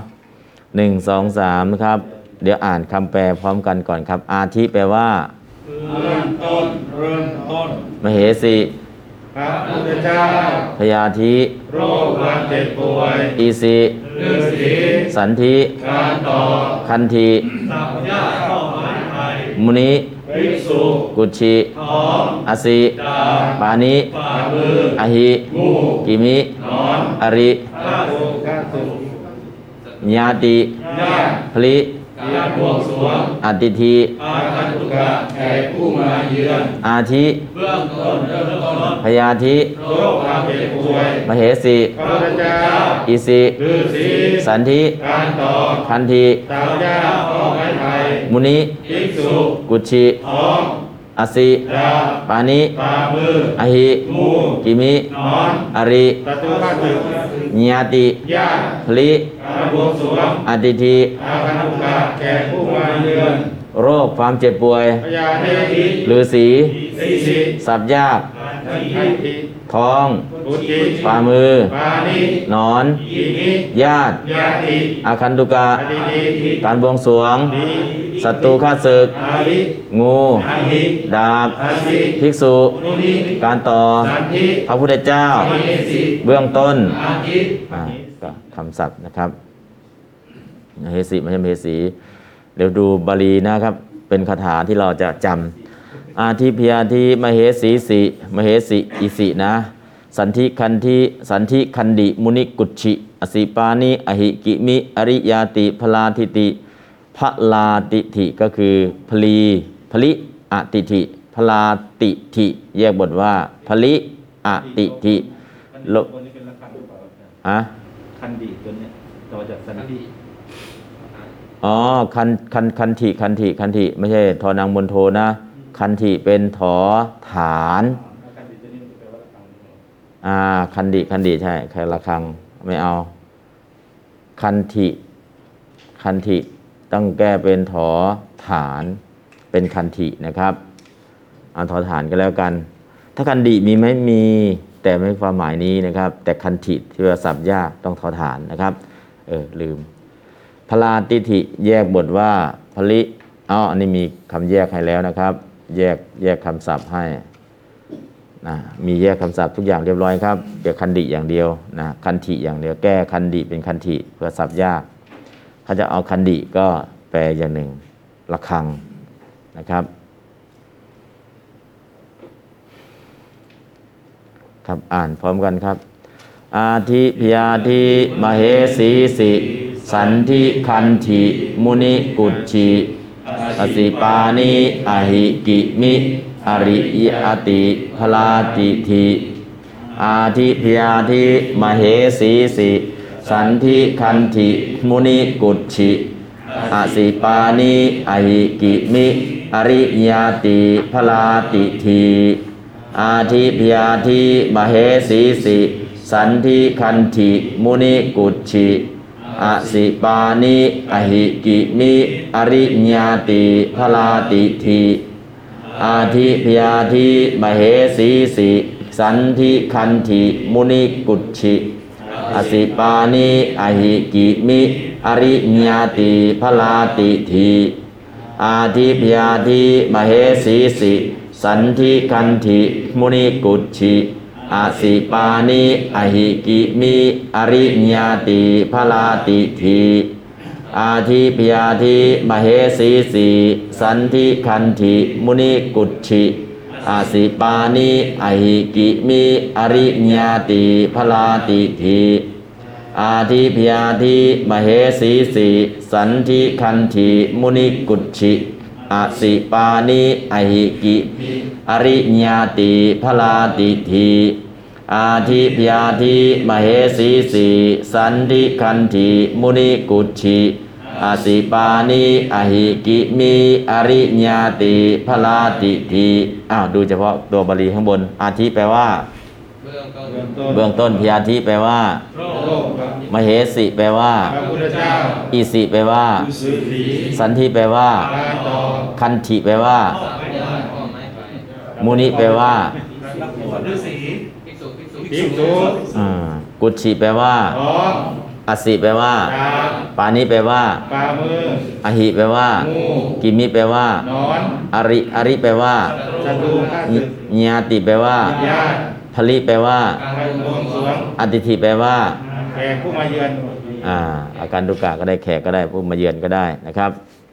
1 2 3นะครับเดี๋ยวอ่านคำแปลพร้อมกันก่อนครับอาทิแปลว่าเริ่มต้นมเหสีพระพุทธเจ้าพยาธิโรคความเจ็บป่วยอีสีฤาษีสันธิการต่อคันธีสัพยะเข้าหมายไทยมุนิภิกษุกุชชิท้องอาสีปานิฝ่ามืออหิงูกิมินอนอริข้าสุญาติญาติพลิการบวงสรวงอติธีอาคันตุกะแขกผู้มาเยือนอาทิเบื้องต้นพยาธิโรคความเจ็บป่วยมเหสีพระพุทธเจ้าอีสีฤาษีสันธิการต่อคันธีสัพยะเข้าหมายไทยมุนิภิกษุกุชชิท้องอาสียาปานิฝ่ามืออหิงูกิมินอนอริศัตรูข้าศึกญาติญาติพลิการบวงสรวงอติธีอาคันตุกะแขกผู้มาเยือนโรคความเจ็บป่วยพยาธิฤาษีสีสิสับยากทันทีท้องปุจิฝ่ามือปานินอนอิมิญาติยาติอาคันตุกะอดิติการบวงสรวงดีศัตรูข้าศึกอาริงูอาหิดาบอาสิภิกษุมุนิการต่อสันทิพระพุทธเจ้ามเหสีเบื้องต้นอาทิก็คำศัพท์นะครับมเหสีไม่ใช่มเหสี เดี๋ยวดูบาลีนะครับ เป็นคาถาที่เราจะจำอาทิพยาธิมเหสีสิมเหสีอิสินะสันธิคันธิสันธิคันดิมุนิกุชชิอสิปานิอหิกิมิอริยาติพลาทิติพลาติถิก็คือพลีพลิอติถิพลาติถิแยกบทว่าพลิอติถิลบคันดีตัวนี้ต่อจากสันธิอ๋อคันธิไม่ใช่ทอนางมณโทนะคันธิเป็นถอฐานคันดิใช่ใครละคังไม่เอาคันธิต้องแก้เป็นถอฐานเป็นคันธินะครับเอาถอฐานก็แล้วกันถ้าคันดิมีไหมมีแต่ไม่ความหมายนี้นะครับแต่คันธิที่ว่าศัพท์ยากต้องถอฐานนะครับลืมพลาติถิแยกบทว่าพลิอันนี้มีคำแยกให้แล้วนะครับแยกคำศัพท์ให้มีแยกคำศัพท์ทุกอย่างเรียบร้อยครับเดี๋ยวคันดิอย่างเดียวนะคันธิอย่างเดียวแก้คันดิเป็นคันธิเพื่อศัพท์ยากถ้าจะเอาคันดิก็แปลอย่างหนึ่งระฆังนะครับครับอ่านพร้อมกันครับอาทิพยาธิมเหสีสิสันธิคันธิมุนิกุชชิอสิปานิอหิกิมิอริยติพลาติธีอาทิพยาธิมเหสีสิสันธิคันธิมุนิกุชชิอสิปานิอหิกิมิอริยติพลาติธีอาทิพยาธิมเหสีสิสันธิคันธิมุนิกุชชิอสิปานิอหิกิมิอริยติพลาติธีอาทิพยาธิมเหสีสิสันธิคันธิมุนิกุชชิอสิปานิอหิกิมิอริยติพลาติธีอาทิพยาธิมเหสีสิสันธิคันธิมุนิกุชชิอสิปานิอหิกิมิอริยติพลาติธีอาทิพยาธิมเหสีสิสันธิคันธิมุนิกุชชิอาสิปานิอหิกิมิอริยติพลาติธีออาทิพยาธิมเหสีสีสันทิคันธีมุนิกุจฉิอสิปานิอหิกิอริญญาติพลาติทีอาทิพยาธิมเหสีสีสันทิคันธีมุนิกุจฉิอสิปานิอหิกิมิอริญญาติพลาติทีดูเฉพาะตัวบาลีข้างบนอาทิแปลว่าเบื้องต้นพยาธิแปลว่าโลกมเหสีแปลว่าพระพุทธเจ้าอิสิแปลว่าสันทิแปลว่าคันธิแปลว่ามุนิแปลว่าภิกษุกุจฉิแปลว่าอสิแปลว่าปานิแปลว่าปลามืออหิแปลว่ากิมิแปลว่านอนอริแปลว่าศัตรูข้าศึกญาติแปลว่าญาติภลิแปลว่าอติถิแปลว่าแขกผู้มาเยือนอาการดุกะก็ได้แขกก็ได้ผู้มาเยือนก็ได้นะครับ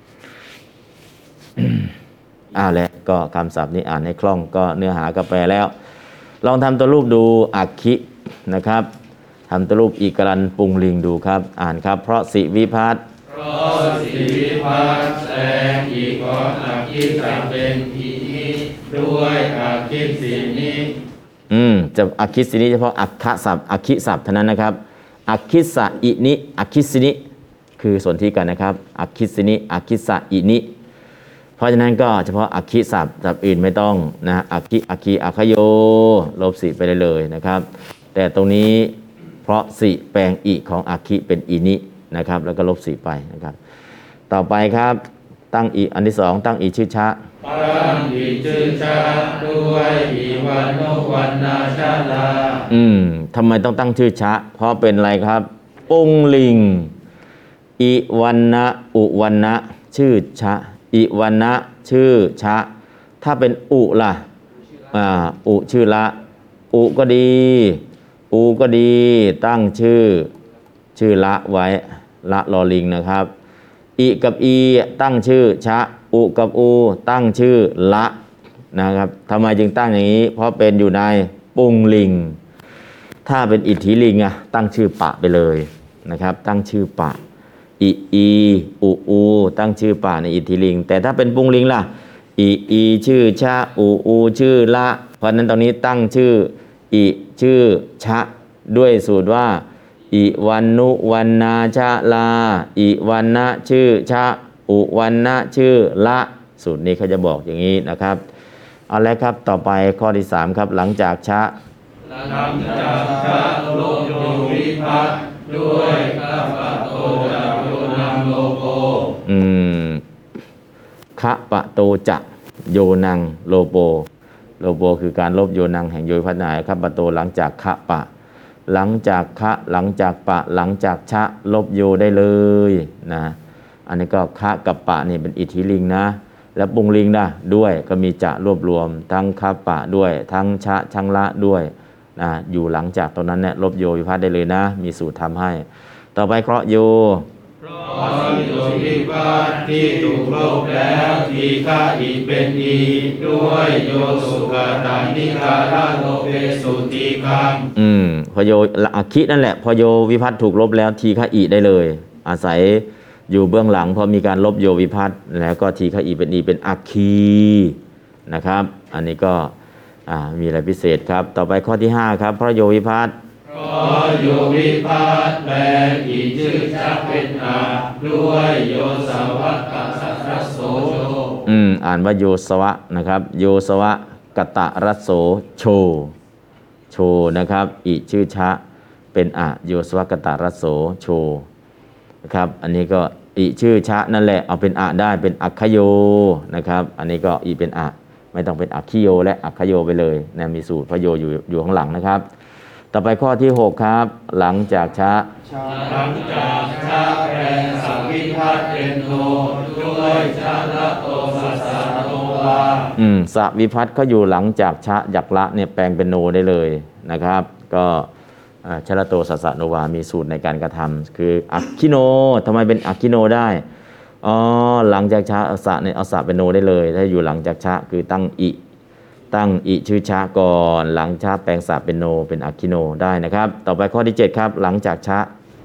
แล้วก็คำศัพท์นี้อ่านให้คล่องก็เนื้อหาก็แปลแล้วลองทำตัวรูปดูอักขินะครับทำตัวรูปอีกรันปุงลิงดูครับอ่านครับเพราะสิวิภัตเพราะสิวิภัตแสดงอีกของอักขิจะเป็นอีนี้ด้วยอักขิสีนี้จะอักขิสินี้เฉพาะอักขศัพท์อักขิศัพท์เท่านั้นนะครับอักขิสะอินิอักขิสินิคือส่วนที่กันนะครับอักขิสินิอักขิสะอินิเพราะฉะนั้นก็เฉพาะอักขิศัพท์อื่นไม่ต้องนะอักขิอักขีอักขโยลบสิไปเลยนะครับแต่ตรงนี้เพราะสิแปลงอิของอักขิเป็นอินินะครับแล้วก็ลบสิไปนะครับต่อไปครับตั้งอิอันที่สองตั้งอิชื่อชะตั้งอิชื่อชะด้วยอิวันโนวันนาชาลาทำไมต้องตั้งชื่อชะเพราะเป็นอะไรครับปุงลิงอิวันนะอุวันนะชื่อชะอิวันนะชื่อชะถ้าเป็นอุล่ะอุชื่อละอุก็ดีตั้งชื่อละไว้ละลอลิงนะครับอิกับอีตั้งชื่อชะอุกับอูตั้งชื่อละนะครับทำไมจึงตั้งอย่างนี้เพราะเป็นอยู่ในปุงลิงถ้าเป็นอิทธิลิงตั้งชื่อปะไปเลยนะครับตั้งชื่อปะอีอูตั้งชื่อปะในอิทธิลิงแต่ถ้าเป็นปุงลิงล่ะอีชื่อชะอูชื่อละเพราะนั้นตรงนี้ตั้งชื่ออิชื่อชะด้วยสูตรว่าอิวันนุวันนาชะลาอิวันนะชื่อชะอุวันนะชื่อละสูตรนี้เขาจะบอกอย่างนี้นะครับเอาแล้วครับต่อไปข้อที่3ครับหลังจากชะโลโยวิภัตด้วยข้าพะโตจะโยนังโลโกคะปะโตจะโยนังโลโปคือการลบโยนังแห่งโยวิภัตนาครับปะโตหลังจากคะปะหลังจากคะหลังจากปะหลังจากชะลบโยได้เลยนะอันนี้ก็คะกับปะนี่เป็นอิทธิลิงนะแล้วปุงลิงนะด้วยก็มีจะรวบรวมทั้งคะปะด้วยทั้งชะทั้งละด้วยนะอยู่หลังจากตรงนั้นเนี่ยลบโยวิภัตได้เลยนะมีสูตรทำให้ต่อไปเคราะห์โยเพราะโยวิภัตที่ถูกลบแล้วทีฆะอีเป็นอีด้วยโยสุขตานิคาระโลเปสุติคังพอโยอักขินั่นแหละพอโยวิภัตถูกลบแล้วทีฆะอีได้เลยอาศัยอยู่เบื้องหลังพอมีการลบโยวิภัตแล้วก็ทีฆะอีเป็นอีเป็นอักขีนะครับอันนี้ก็มีอะไรพิเศษครับต่อไปข้อที่5ครับเพราะโยวิภัตเพราะโยวิภัตแปลอีชื่อชักเป็นอาด้วยโยสวะกตรัสโสโชอ่านว่าโยสวะนะครับโยสวะกตรัสโสโชนะครับอิชื่อชะเป็นอะโยสวะกตรัสโสโชนะครับอันนี้ก็อิชื่อชะนั่นแหละเอาเป็นอะได้เป็นอัคคโยนะครับอันนี้ก็อิเป็นอะไม่ต้องเป็นอัคคิโยและอัคคโยไปเลยนะมีสูตรพโยอยู่ข้างหลังนะครับต่อไปข้อที่6ครับหลังจากชะหลังจากชะแปลงสังวิภัตเป็นโนด้วยชะละโตสัสสะโนวาสวิภัตก็อยู่หลังจากชะยักละเนี่ยแปลงเป็นโนได้เลยนะครับก็ชะละโตสัสสะโนวามีสูตรในการกระทำคืออักขิโนทำไมเป็นอักขิโนได้หลังจากชะสะเนี่ยเอาสะเป็นโนได้เลยถ้าอยู่หลังจากชะคือตั้งอิชื่อชะก่อนหลังชะแปลงสะเป็นโนเป็นอักขิโนได้นะครับต่อไปข้อที่7ครับหลังจากชะ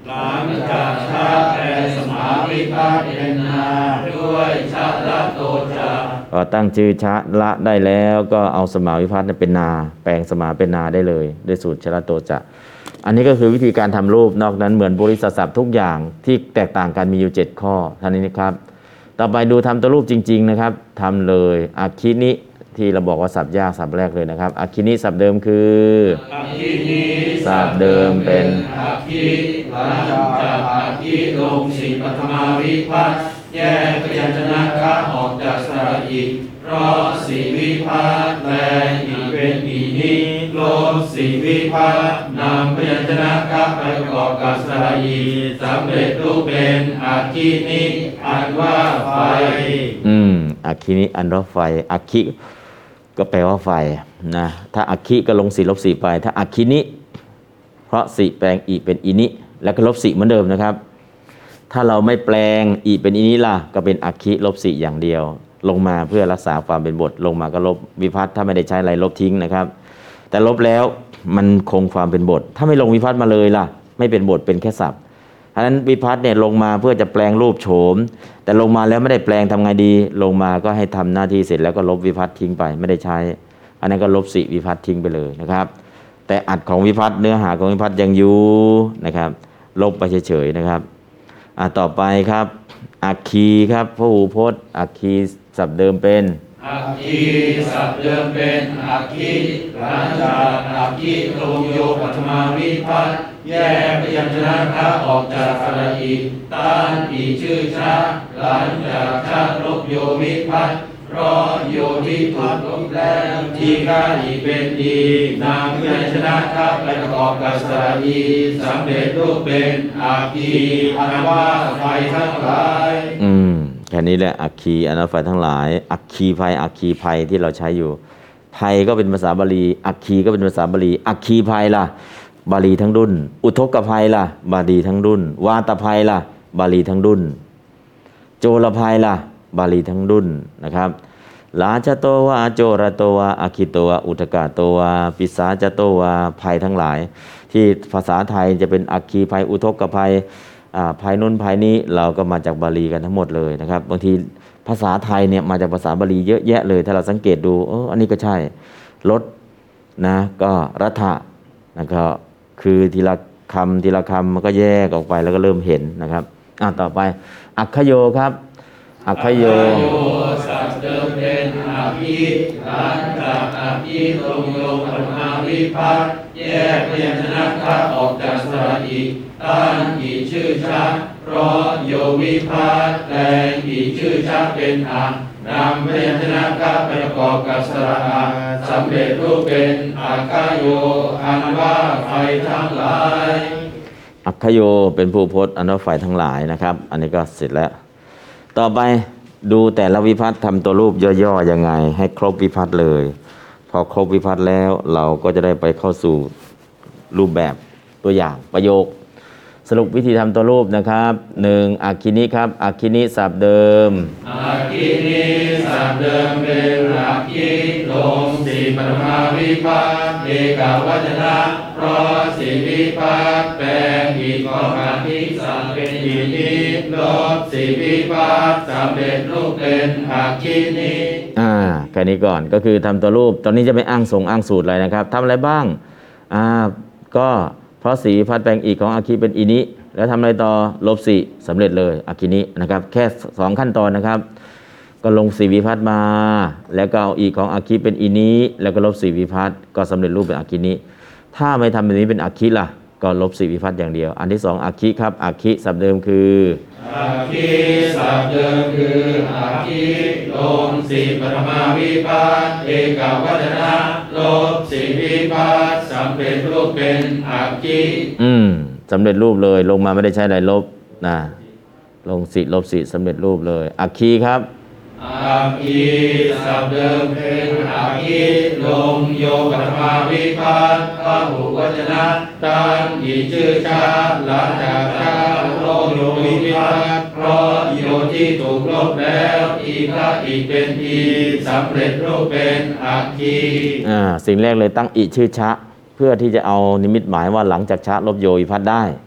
หลังจากชาแปลสมาวิภัตเป็นนาด้วยชาละโตจาพอตั้งชื่อชะละได้แล้วก็เอาสมาวิภัตเนี่ยเป็นนา แปลงสมาเป็นนาได้เลยด้วยสูตรชละโตจะอันนี้ก็คือวิธีการทำรูปนอกนั้นเหมือนบริษัทศัพท์ทุกอย่างที่แตกต่างกันมีอยู่7ข้อท่านี้นะครับต่อไปดูทำตัวรูปจริงๆนะครับทำเลยอาคินิที่เราบอกว่าศัพท์ยากศัพท์แรกเลยนะครับอาคินิศัพท์เดิมคืออาคินีศัพท์เดิมเป็นอาคิหลังจากอาคิลงสี่ปฐมาวิภัตแยกพยัญชนะคะออกจากสระอีกเพราะสี่วิภัตแปลอีกเป็นอีนี้ลบสี่วิภัตนำพยัญชนะคะไปประกอบกับสระอีสำเร็จรูปเป็นอาคินิอันว่าไฟอาคินิอันว่าไฟอาคิก็แปลว่าไฟนะถ้าอาคิก็ลงสีลบสีไปถ้าอาคินิเพราะสีแปลงอีเป็นอินิแล้วก็ลบสีเหมือนเดิมนะครับถ้าเราไม่แปลงอีเป็นอินิล่ะก็เป็นอาคิลบสีอย่างเดียวลงมาเพื่อรักษาความเป็นบทลงมาก็ลบวิภัตถ้าไม่ได้ใช้อะไรลบทิ้งนะครับแต่ลบแล้วมันคงความเป็นบทถ้าไม่ลงวิภัตมาเลยล่ะไม่เป็นบทเป็นแค่ศัพท์เพราะฉะนั้นวิภัตเนี่ยลงมาเพื่อจะแปลงรูปโฉมแต่ลงมาแล้วไม่ได้แปลงทำไงดีลงมาก็ให้ทำหน้าที่เสร็จแล้วก็ลบวิภัตทิ้งไปไม่ได้ใช้อันนั้นก็ลบสีวิภัตทิ้งไปเลยนะครับแต่อัดของวิภัตเนื้อหาของวิภัตยังอยู่นะครับลบไปเฉยๆนะครับต่อไปครับอัคคีครับพหูพจน์อัคคีศัพท์เดิมเป็นอัคคีศัพท์เดิมเป็นอัคคีหลังจากอัคคีลงโยปฐมาวิภัตแยกพยัญชนะคะออกจากสระอีต้านอีชื่อชาหลังจากชาลบโยวิภัตเพราะโยที่ถูกลบแล้วที่ค่าอีเป็นอีนามพยัญชนะคะไปประกอบกับสระอีสำเร็จรูปเป็นอัคคีอันว่าไฟทั้งหลายแค่นี้แหละอัคคีอนัตไฟทั้งหลายอัคคีภัยอัคคีภัยที่เราใช้อยู่ภัยก็เป็นภาษาบาลีอัคคีก็เป็นภาษาบาลีอัคคีภัยล่ะบาลีทั้งดุนอุทกภัยล่ะบาลีทั้งดุนวาตภัยล่ะบาลีทั้งดุนโจรภัยล่ะบาลีทั้งดุนนะครับลาชโตวาโจรโตวาอาคิโตวาอุทกาโตวาปิสาจโตวาภัยทั้งหลายที่ภาษาไทยจะเป็นอัคคีภัยอุทกภัยภัยนู้นภัยนี้เราก็มาจากบาลีกันทั้งหมดเลยนะครับบางทีภาษาไทยเนี่ยมาจากภาษาบาลีเยอะแยะเลยถ้าเราสังเกตดูอันนี้ก็ใช่รถนะก็รัฐะนะก็คือทีละคำมันก็แยกออกไปแล้วก็เริ่มเห็นนะครับต่อไปอัคคโยครับอัคคโยศัพท์เดิมเป็นอาคิหลังจากอาคิลงโยปฐมาวิภัตแยกพยัญชนะคะออกจากสระอีตั้งอีชื่อชาเพราะโยวิภัตแปลงอีชื่อชาเป็นอานำพยัญชนะคะไปประกอบกับสระอาสำเร็จรูปเป็นอาคาโยอันว่าไฟทั้งหลายอัคคโยเป็นผู้พจน์อันว่าไฟทั้งหลายนะครับอันนี้ก็เสร็จแล้วต่อไปดูแต่ละวิภัตทำตัวรูปย่อๆยังไงให้ครบวิภัตเลยพอครบวิภัตแล้วเราก็จะได้ไปเข้าสู่รูปแบบตัวอย่างประโยคสรุปวิธีทำตัวรูปนะครับ1อัคคินิครับอัคคินิศัพท์เดิมอัคคินิศัพท์เดิมเป็นอัคคิลงสี่ปฐมาวิภัตเอกวจนะเพราะสี่วิภัตแปลงอีกของอัคคิศัพท์เป็นอีนิลบสี่วิภัตสำเร็จรูปเป็นอัคคินิแค่นี้ก่อนก็คือทำตัวรูปตอนนี้จะไม่อ้างสูตรอะไรนะครับทำอะไรบ้างก็เพราะสีพัดแปลงอีกของอาคีเป็นอินิแล้วทำอะไรต่อลบสีสำเร็จเลยอาคีนินะครับแค่2ขั้นตอนนะครับก็ลงสีวิพัฒน์มาแล้วก็เอาอีกของอาคีเป็นอินิแล้วก็ลบสีวิพัฒน์ก็สำเร็จรูปเป็นอาคีนิถ้าไม่ทำแบบนี้เป็นอาคีล่ะก็ลบสีวิพัฒน์อย่างเดียวอันที่2อาคีครับอาคีศัพท์เดิมคืออาคีศัพท์เดิมคืออาคีลงสี่ปฐมาวิภัตเอกวจนะลบสี่วิภัตสำเร็จรูปเป็นอาคีสำเร็จรูปเลยลงมาไม่ได้ใช้อะไรลบนะลงสีลบสีสำเร็จรูปเลยอาคีครับอาคีศัพท์เดิมเป็นอาคีลงโยปฐมาวิภัตพหูวจนะตั้งอีชื่อชาหลังจากชาลงโยวิภัตเพราะโยที่ถูกลบแล้วอีกละอีกเป็นอีสำเร็จรูปเป็นอาคีสิ่งแรกเลยตั้งอีชื่อชะเพื่อที่จะเอานิมิตหมายว่าหลังจากชะลบโยวิภัตได้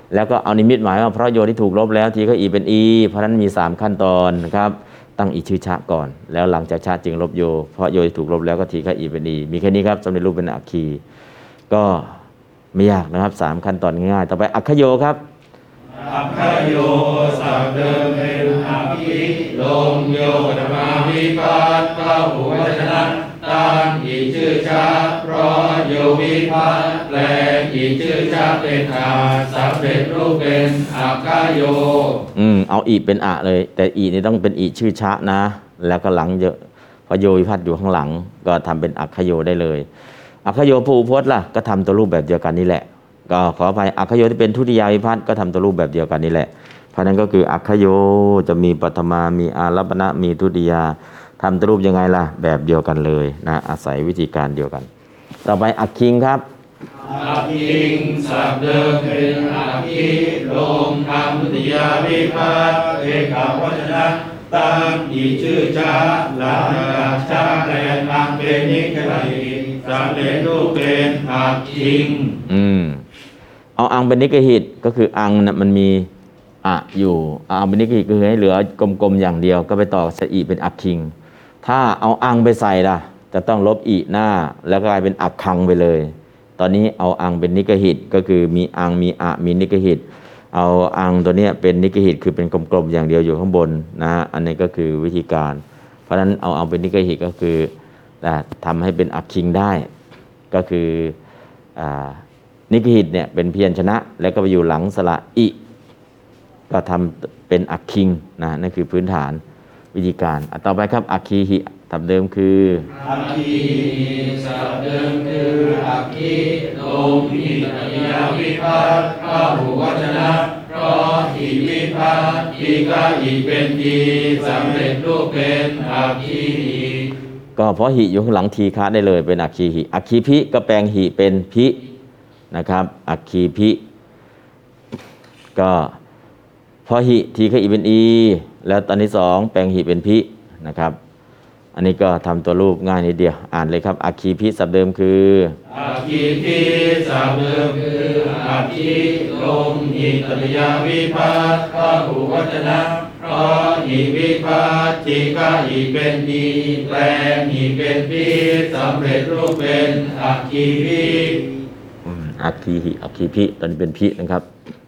แล้วก็เอานิมิตหมายว่าเพราะโยที่ถูกลบแล้วทีก็อีเป็นอีเพราะนั้นมี3ขั้นตอนนะครับตั้งอีชื่อชะก่อนแล้วหลังจากชะจึงลบโยเพราะโยที่ถูกลบแล้วก็ทีก็อีเป็นอีมีแค่นี้ครับสำเร็จรูปเป็นอัคคีก็ไม่ยากนะครับ3ขั้นตอนง่ายๆต่อไปอัคคโยครับอัคคโยสัพเดิมเป็นอัคคีลงโยธรรมาวิภัตพหูวจนะตั้งอีชื่อชาเพราะโยวิภัตแปลงอีชื่อชาเป็นอาสำเร็จรูปเป็นอัคคโยเอาอีเป็นอะเลยแต่อีนี่ต้องเป็นอีชื่อชะนะแล้วก็หลังเยอะพอโยวิภัตอยู่ข้างหลังก็ทำเป็นอัคคโยได้เลยอัคคโยภูพจน์ล่ะก็ทำตัวรูปแบบเดียวกันนี่แหละก็ขออภัยอัคคโยที่เป็นทุติยาวิภัตก็ทำตัวรูปแบบเดียวกันนี่แหละเพราะนั้นก็คืออัคคโยจะมีปฐมามีอารัปณะมีทุติยาทำตัวรูปยังไงล่ะแบบเดียวกันเลยนะอาศัยวิธีการเดียวกันต่อไปอัคคิงครับอัคคิงสัพเดิมเป็นอัคคีลงทำทุติยาวิภัตเอกวจนะตั้งอีชื่อชาหลังจากชาแปลงอังเป็นนิกหิสำเร็จรูปเป็นอัคคิงเอาอังเป็นนิกหิตก็คืออังนะมันมีอะอยู่อังเป็นนิกหิตคือให้เหลือกลมๆอย่างเดียวก็ไปต่อสอีเป็นอัคคิงถ้าเอาอังไปใส่ล่ะจะต้องลบอีหน้าแล้วกลายเป็นอักคังไปเลยตอนนี้เอาอังเป็นนิกหิตก็คือมีอังมีอะมีนิกหิตเอาอังตัวนี้เป็นนิกหิตคือเป็นกลมๆอย่างเดียวอยู่ข้างบนนะอันนี้ก็คือวิธีการเพราะฉะนั้นเอาอังเป็นนิกหิตก็คือทำให้เป็นอักคิงได้ก็คือนิกหิตเนี่ยเป็นเพียรชนะแล้วก็ไปอยู่หลังสระอิก็ทำเป็นอักคิงนะนั่นคือพื้นฐานวิธีการต่อไปครับอัคคีหิศัพท์เดิมคืออัคคีศัพท์เดิมคืออัคคีลงหิตยาวิภัตพหูวจนะเพราะหิวิภัตอีก็อีเป็นทีสำเร็จรูปเป็นอัคคีก็เพราะหิอยู่ข้างหลังทีฆะได้เลยเป็นอัคคีหิอัคคีพิก็แปลงหิเป็นพินะครับอัคคีพิก็พอหิทีก็อีเป็นอีแล้วตอนที่2แปลงหิเป็นพินะครับอันนี้ก็ทำตัวรูปง่ายนิดเดียวอ่านเลยครับอัคคีพิศัพท์เดิมคืออัคคีพิศัพท์เดิมคืออัคคีลงหิตยาวิภัตพหูวจนะเพราะหิวิภัตทีก็อีเป็นทีแปลงหิเป็นพิสำเร็จรูปเป็นอัคคีพิอัคคีหิอัคคีพิตอนนี้เป็นพินะครับ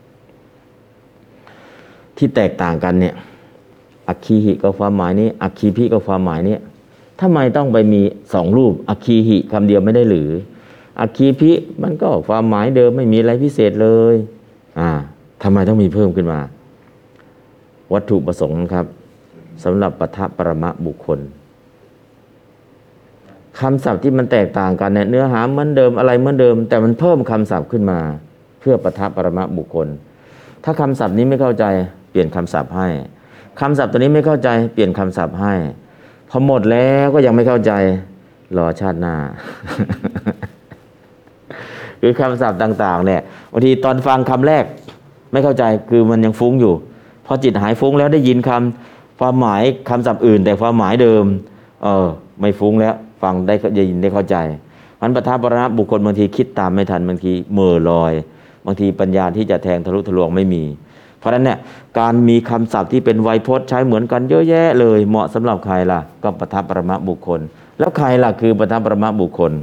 ที่แตกต่างกันเนี่ยอัคคีหิก็ความหมายนี้อัคคีพิก็ความหมายนี้ทำไมต้องไปมี2รูปอัคคีหิคำเดียวไม่ได้หรืออัคคีพิมันก็ความหมายเดิมไม่มีอะไรพิเศษเลยทำไมต้องมีเพิ่มขึ้นมาวัตถุประสงค์ครับสำหรับปทปรมะบุคคลคำศัพท์ที่มันแตกต่างกันเนี่ยเนื้อหาเหมือนเดิมอะไรเหมือนเดิมแต่มันเพิ่มคำศัพท์ขึ้นมาเพื่อปทปรมะบุคคลถ้าคำศัพท์นี้ไม่เข้าใจเปลี่ยนคำศัพท์ให้คำศัพท์ตัวนี้ไม่เข้าใจเปลี่ยนคำศัพท์ให้พอหมดแล้วก็ยังไม่เข้าใจรอชาติหน้า คือคำศัพท์ต่างๆเนี่ยบางทีตอนฟังคำแรกไม่เข้าใจคือมันยังฟุ้งอยู่พอจิตหายฟุ้งแล้วได้ยินความหมายคำศัพท์อื่นแต่ความหมายเดิมไม่ฟุ้งแล้วฟังได้ยินได้เข้าใจมันปทปรมะบุคคลบางทีคิดตามไม่ทันบางทีเมื่อลอยบางทีปัญญาที่จะแทงทะลุทะลวงไม่มีเพราะฉะนั้นเนี่ยการมีคำศัพท์ที่เป็นไวยพจน์ใช้เหมือนกันเยอะแยะเลยเหมาะสำหรับใครล่ะก็ปทปรมะบุคคลแล้วใครล่ะคือปทปรมะบุคคล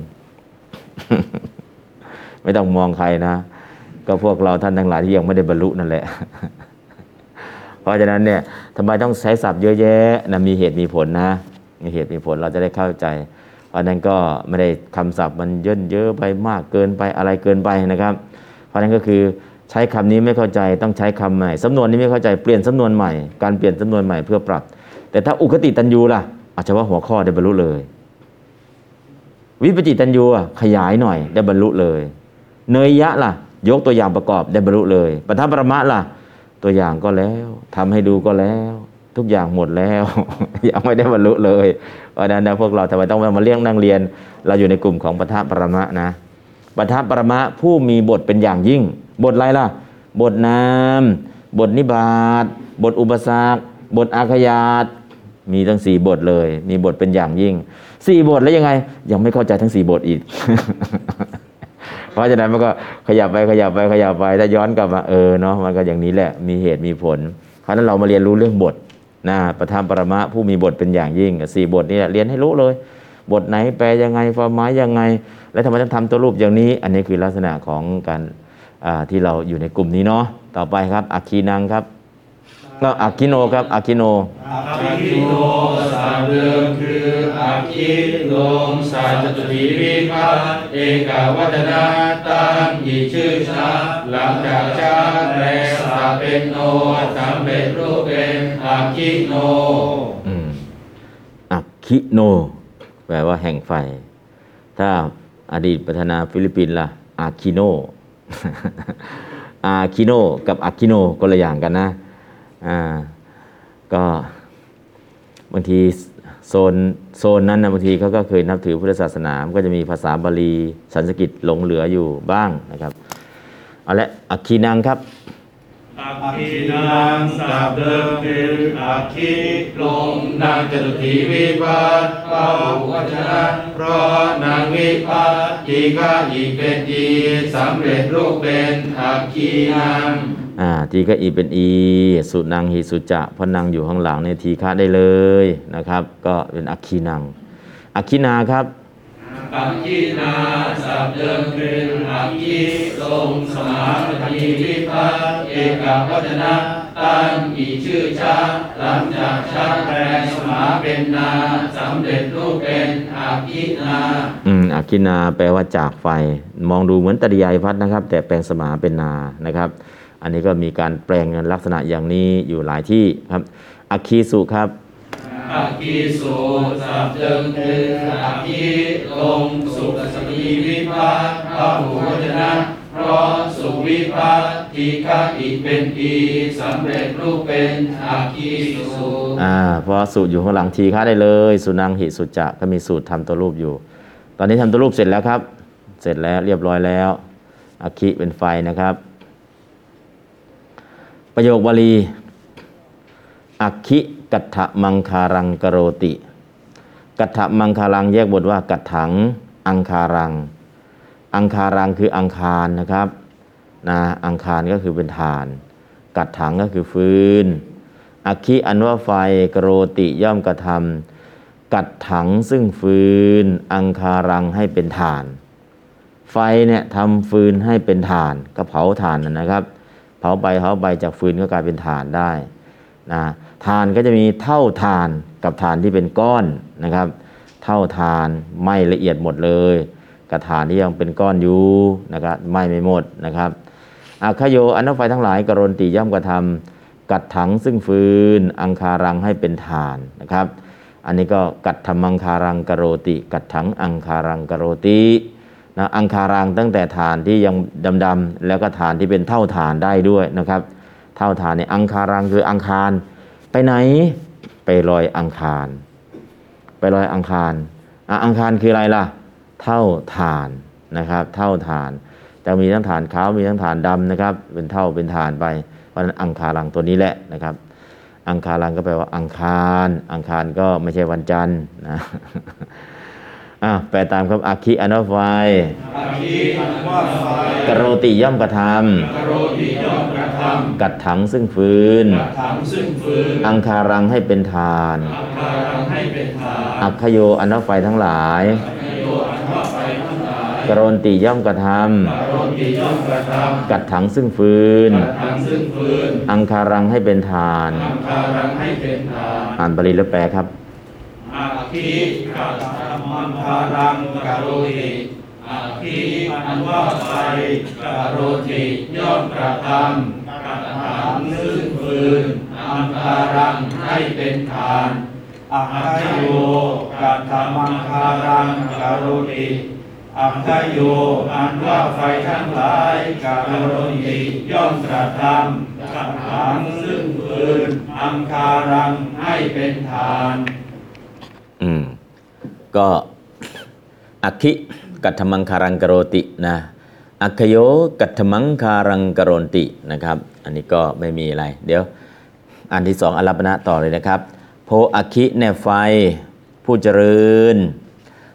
ไม่ต้องมองใครนะก็พวกเราท่านทั้งหลายที่ยังไม่ได้บรรลุนั่นแหละ เพราะฉะนั้นเนี่ยทำไมต้องใช้ศัพท์เยอะแยะนะมีเหตุมีผลนะมีเหตุมีผลเราจะได้เข้าใจเพราะนั้นก็ไม่ได้คำศัพท์มันเยินเยอะไปมากเกินไปอะไรเกินไปนะครับเพราะนั้นก็คือใช้คำนี้ไม่เข้าใจต้องใช้คำใหม่สำนวนนี้ไม่เข้าใจเปลี่ยนสำนวนใหม่การเปลี่ยนสำนวนใหม่เพื่อปรับแต่ถ้าอุคติตัญญูล่ะอาจจะว่าหัวข้อได้บรรลุเลยวิปจิตัญญูขยายหน่อยได้บรรลุเลยเนยยะล่ะยกตัวอย่างประกอบได้บรรลุเลยปทปรมะล่ะตัวอย่างก็แล้วทำให้ดูก็แล้วทุกอย่างหมดแล้ว ยังไม่ได้บรรลุเลยเพราะฉะนั้นพวกเราทำไมต้องมาเรียกนั่งเรียนเราอยู่ในกลุ่มของปทปรมะนะปทปรมะผู้มีบทเป็นอย่างยิ่งบทอะไรล่ะบทนามบทนิบาตบทอุปสรรคบทอาขยาตมีทั้ง4บทเลยมีบทเป็นอย่างยิ่ง4บทแล้วยังไงยังไม่เข้าใจทั้ง4บทอีก เพเพราะฉะนั้นมันก็ขยับไปขยับไปขยับไปถ้าย้อนกลับมาเนาะมันก็อย่างนี้แหละมีเหตุมีผลเพราะฉะนั้นเรามาเรียนรู้เรื่องบทนะประธานปรมะผู้มีบทเป็นอย่างยิ่ง4 บทนี่เรียนให้รู้เลยบทไหนแปลยังไงความหมายยังไงและทำไมต้องทำตัวรูปอย่างนี้อันนี้คือลักษณะของการที่เราอยู่ในกลุ่มนี้เนาะต่อไปครับอัคคีนังครับก็อัคคิโนครับอัคคิโนอัคคิโนสามเดิมคืออัคคิโลมสัจตุถีวิภัตเอกวัจนะตั้งอีกชื่อชาหลังจากชาแปลสาเป็นโนสำเร็จรูปเป็นอัคคิโนอัคคิโนแปลว่าแห่งไฟถ้าอดีตประธานาฟิลิปปินส์ล่ะอาคิโนอาคิโนกับอาคิโนก็ละอย่างกันนะก็บางทีโซนนั้นนะบางทีเขาก็เคยนับถือพุทธศาสนาก็จะมีภาษาบาลีสันสกฤตหลงเหลืออยู่บ้างนะครับเอาละอัคคีนังครับอัคคีนังสาบเดิมคืออัคคีลงนางจตุถีวิภัตพหุวจนะเพราะนางวิภัตทีฆะอีกเป็นอีสำเร็จรูปเป็นอัคคีนังทีก็อีเป็นอีสุนังหิสุจะเพราะนางอยู่ข้างหลังในทีฆะได้เลยนะครับก็เป็นอัคคีนังอัคคีนาครับอัคคีนาสับเดิมคืออัคคีลงสมาธิวิภัตเอกวัจนะตั้งอีชื่อชาหลังจากชาแปลสมาเป็นนาสำเร็จรูปเป็นอัคคีนาอัคคีนาแปลว่าจากไฟมองดูเหมือนตริยายพัฒนะครับแต่แปลงสมาเป็นนานะครับอันนี้ก็มีการแปลงลักษณะอย่างนี้อยู่หลายที่ครับอัคคีสุครับอัคคีสุสับเดิมคืออัคคีลงสุสมีวิภัตพหุวจนะเพราะสุวิภัตทีฆะอีกเป็นอีสำเร็จรูปเป็นอัคคีสุเพราะสุอยู่ข้างหลังทีฆะได้เลยสุนังหิสุจะก็มีสูตรทำตัวรูปอยู่ตอนนี้ทำตัวรูปเสร็จแล้วครับเสร็จแล้วเรียบร้อยแล้วอัคคีเป็นไฟนะครับประโยคบาลีอัคคิกัตถมังคารังกโรติกัตถมังคารังแยกบทว่ากัตถังอังคารังอังคารังคืออังคารนะครับอังคารก็คือเป็นฐานกัตถังก็คือฟืนอัคคิอันว่าไฟกโรติย่อมกระทำกัตถังซึ่งฟืนอังคารังให้เป็นฐานไฟเนี่ยทำฟืนให้เป็นฐานก็เผาถ่านนะครับเผาไปจากฟืนก็กลายเป็นถ่านได้ถ่านก็จะมีเท่าถ่านกับถ่านที่เป็นก้อนนะครับเท่าถ่านไหม้ละเอียดหมดเลยกับถ่านที่ยังเป็นก้อนอยู่นะครับไหม้ไม่หมดนะครับอาคโยอันไฟทั้งหลายกรณติย่อมกระทำกัดถังซึ่งฟืนอังคารังให้เป็นถ่านนะครับอันนี้ก็กัดธรรมังคารังกโรติกัดถังอังคารังกโรติอังคารังตั้งแต่ฐานที่ยังดำๆแล้วก็ฐานที่เป็นเท่าฐานได้ด้วยนะครับเท่าฐานเนี่ยอังคารังคืออังคารไปไหนไปลอยอังคารไปลอยอังคารอังคารคืออะไรล่ะเท่าฐานนะครับเท่าฐานจะมีทั้งฐานขาวมีทั้งฐานดำนะครับเป็นเท่าเป็นฐานไปเพราะฉะนั้นอังคารังตัวนี้แหละนะครับอังคารังก็แปลว่าอังคารอังคารก็ไม่ใช่วันจันทร์นะแปลตามครับอัคคีอันว่าไฟกโรติย่อมกระทำกัดถังซึ่งฟืนอังคารังให้เป็นฐานอัคคโยอันว่าไฟทั้งหลายกโรติย่อมกระทำกัดถังซึ่งฟืนอังคารังให้เป็นฐานอ่านบาลีแล้วแปลครับอัคคีกัตถมังคารังกโรติอัคคีอันว่าไฟกโรติย่อมกระทำกัตถังซึ่งฟืนอังคารังให้เป็นฐานอัคคโยกัตถมังคารังกโรติอัคคโยอันว่าไฟทั้งหลายกโรติย่อมกระทำกัตถังซึ่งฟืนอังคารังให้เป็นฐานก็อัคคิกัตถมังคารังกโรตินะอัคคโยกัตถมังคารังกโรตินะครับอันนี้ก็ไม่มีอะไรเดี๋ยวอันที่สองอารัปณะต่อเลยนะครับโพอัคคิแน่ไฟผู้เจริญ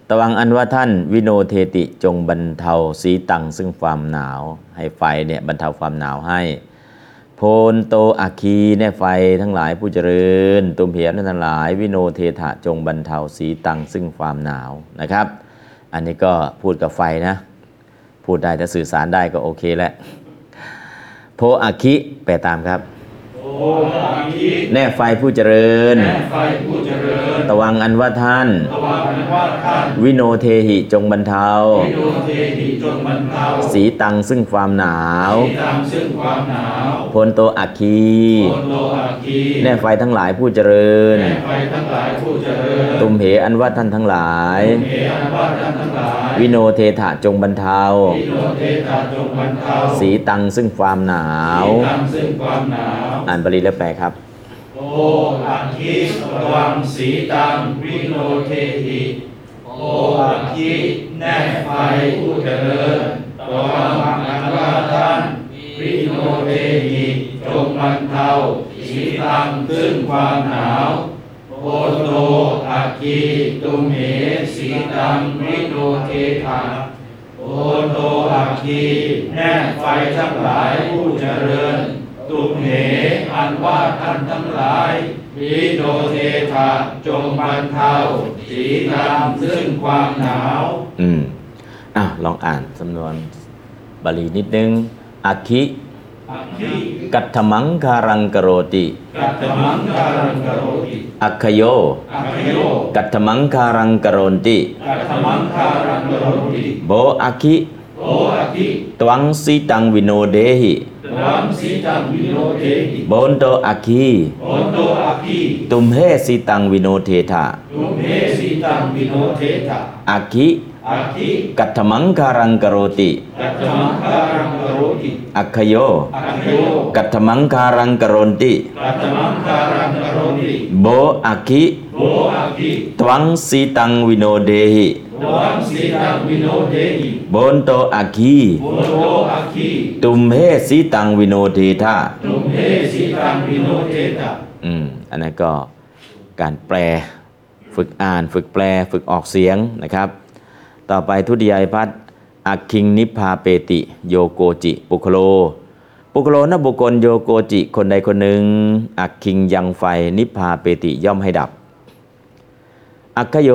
ตวังอันว่าท่านวิโนเทติจงบรรเทาสีตังซึ่งความหนาวให้ไฟเนี่ยบรรเทาความหนาวให้โพนโตอาคีเนี่ยไฟทั้งหลายผู้เจริญตุมเหมทั้งหลายวิโนเทถะจงบรรเทาสีตังซึ่งความหนาวนะครับอันนี้ก็พูดกับไฟนะพูดได้ถ้าสื่อสารได้ก็โอเคแล้วโพอาคิแปลตามครับโออาคิแน่ไฟผู้เจริญแน่ไฟผู้เจริญตวังอันว่าท่านตวังอันว่าท่านวิโนเทหิจงบรรเทาวิโนเทหิจงบรรเทาสีตังซึ่งความหนาวสีตังซึ่งความหนาวพลโตอัคคีโพนโตอาคีแน่ไฟทั้งหลายผู้เจริญแน่ไฟทั้งหลายผู้เจริญตุมเหอันว่าท่านทั้งหลายเออันว่าท่านทั้งหลายวิโนเทถะจงบรรเทาวิโนเทถะจงบรรเทาสีตังซึ่งความหนาวสีตังซึ่งความหนาวอ่านบาลีแล้วแปลครับโออาคิตวังสีตังวิโนเทหิโออาคิแน่ไฟผู้เจริญตวังอันว่าท่านวิโนเทหิจงบรรเทาสีตังซึ่งความหนาวโพโตอาคีตุมเหสีตังวิโนเทถะโพโตอาคีแน่ไฟทั้งหลายผู้เจริญตุมเหอันว่าท่านทั้งหลายวิโนเทถะจงบรรเทาสีตังซึ่งความหนาวลองอ่านสำนวนบาลีนิดนึงอัคคิอัคคิกัตถมังคารังกโรติกัตถมังการังกโรติอัคคโยอัคคโยกัตถมังคารังกโรนติกัตถมังการังกโรติโบอัคคิโออาคิตวังสีตังวิโนเดหิตวังสีตังวิโนเทหิโบนโตอัคคีโอนโตอาคิตุมเหสีตังวิโนเทถะตุมเหสีตังวิโนเทถะอัคคิอาคิกัตถมังคารังกโรติกัตถมังการังกโรติอัคคโยอัคคโยกัตถมังคารังกโรนติกัตถมังการังกโรติโบอัคคิโออาคิตวังสีตังวิโนเดหิตวังสีตังวิโนเทหิโบนโตอัคคีโอนโตอาคิตุมเหสีตังวิโนเทถะตุมเหสีตังวิโนเทถะอันนั้นก็การแปลฝึกอ่านฝึกแปลฝึกออกเสียงนะครับ ต่อไปทุติยายพัฒน์อัคคิงนิพพาเปติโยโกจิปุคโลปุคโลนะบุคคลโยโกจิคนใดคนหนึ่งอัคคิงยังไฟนิพพาเปติย่อมให้ดับอัคคโย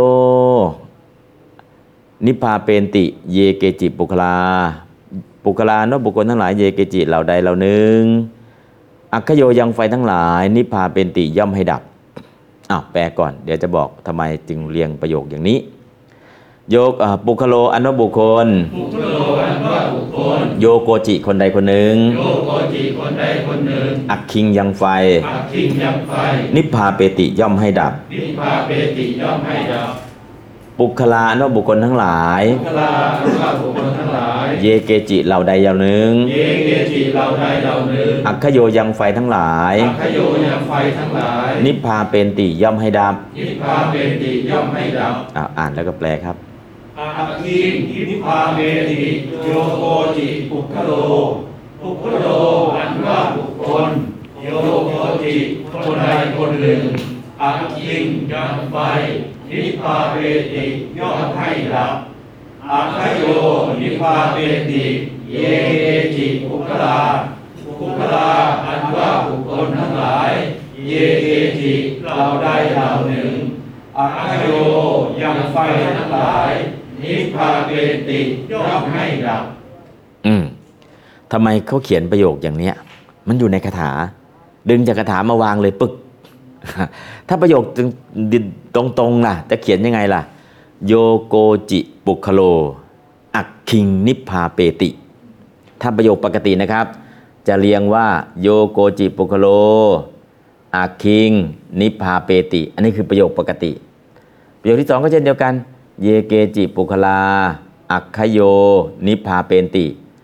นิพพาเปนติเยเกจิปุคลาปุคลานะบุคคลทั้งหลายเยเกจิเหล่าใดเหล่าหนึ่งอัคคโยยังไฟทั้งหลายนิพพาเปนติย่อมให้ดับแปลก่อนเดี๋ยวจะบอกทำไมจึงเรียงประโยคอย่างนี้โยปุคโลอันว่าบุคคลปุคโลอันว่าบุคคลโยโกจิคนใดคนหนึ่งโยโกจิคนใดคนหนึ่งอัคคิงยังไฟอาคิงยังไฟนิพพาเปติย่อมให้ดับนิพพาเปติย่อมให้ดับปุคลาอันว่าบุคคลทั้งหลายปุคลาอันว่าบุคคลทั้งหลายเยเกจิเหล่าใดเหล่าหนึ่งเยเกจิเราใดเราหนึ่งอัคคโยยังไฟทั้งหลายอัคคโยยังไฟทั้งหลายนิพพาเปนติย่อมให้ดับนิพพาเปติย่อมให้ดับอ่านแล้วก็แปลครับอาคิงนิพพาเปติโยโกจิปุคโลปุคโลอันว่าบุคคลโยโกจิคนใดคนหนึ่งอาคิงยังไฟนิพพาเปติย่อมให้ดับอาคโยนิพพาเปติเยเกจิปุคลาปุคลาอันว่าบุคคลทั้งหลายเยเกจิเราได้เราหนึ่งอาคโยยังไฟทั้งหลายนิพพาเปติย่อมให้ดับทำไมเขาเขียนประโยคอย่างเนี้ยมันอยู่ในคาถาดึงจากคาถามาวางเลยปึก ถ้าประโยคตรงๆล่ะจะเขียนยังไงล่ะโยโกจิปุคโลอัคคิงนิพพาเปติถ้าประโยคปกตินะครับจะเรียงว่าโยโกจิปุคโลอัคคิงนิพพาเปติอันนี้คือประโยคปกติประโยคที่สองก็เช่นเดียวกันเยเกจิปุคลาอัคคโยนิพพาเปติ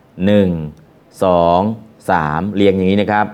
1 2 3เรียงอย่างนี้นะครับ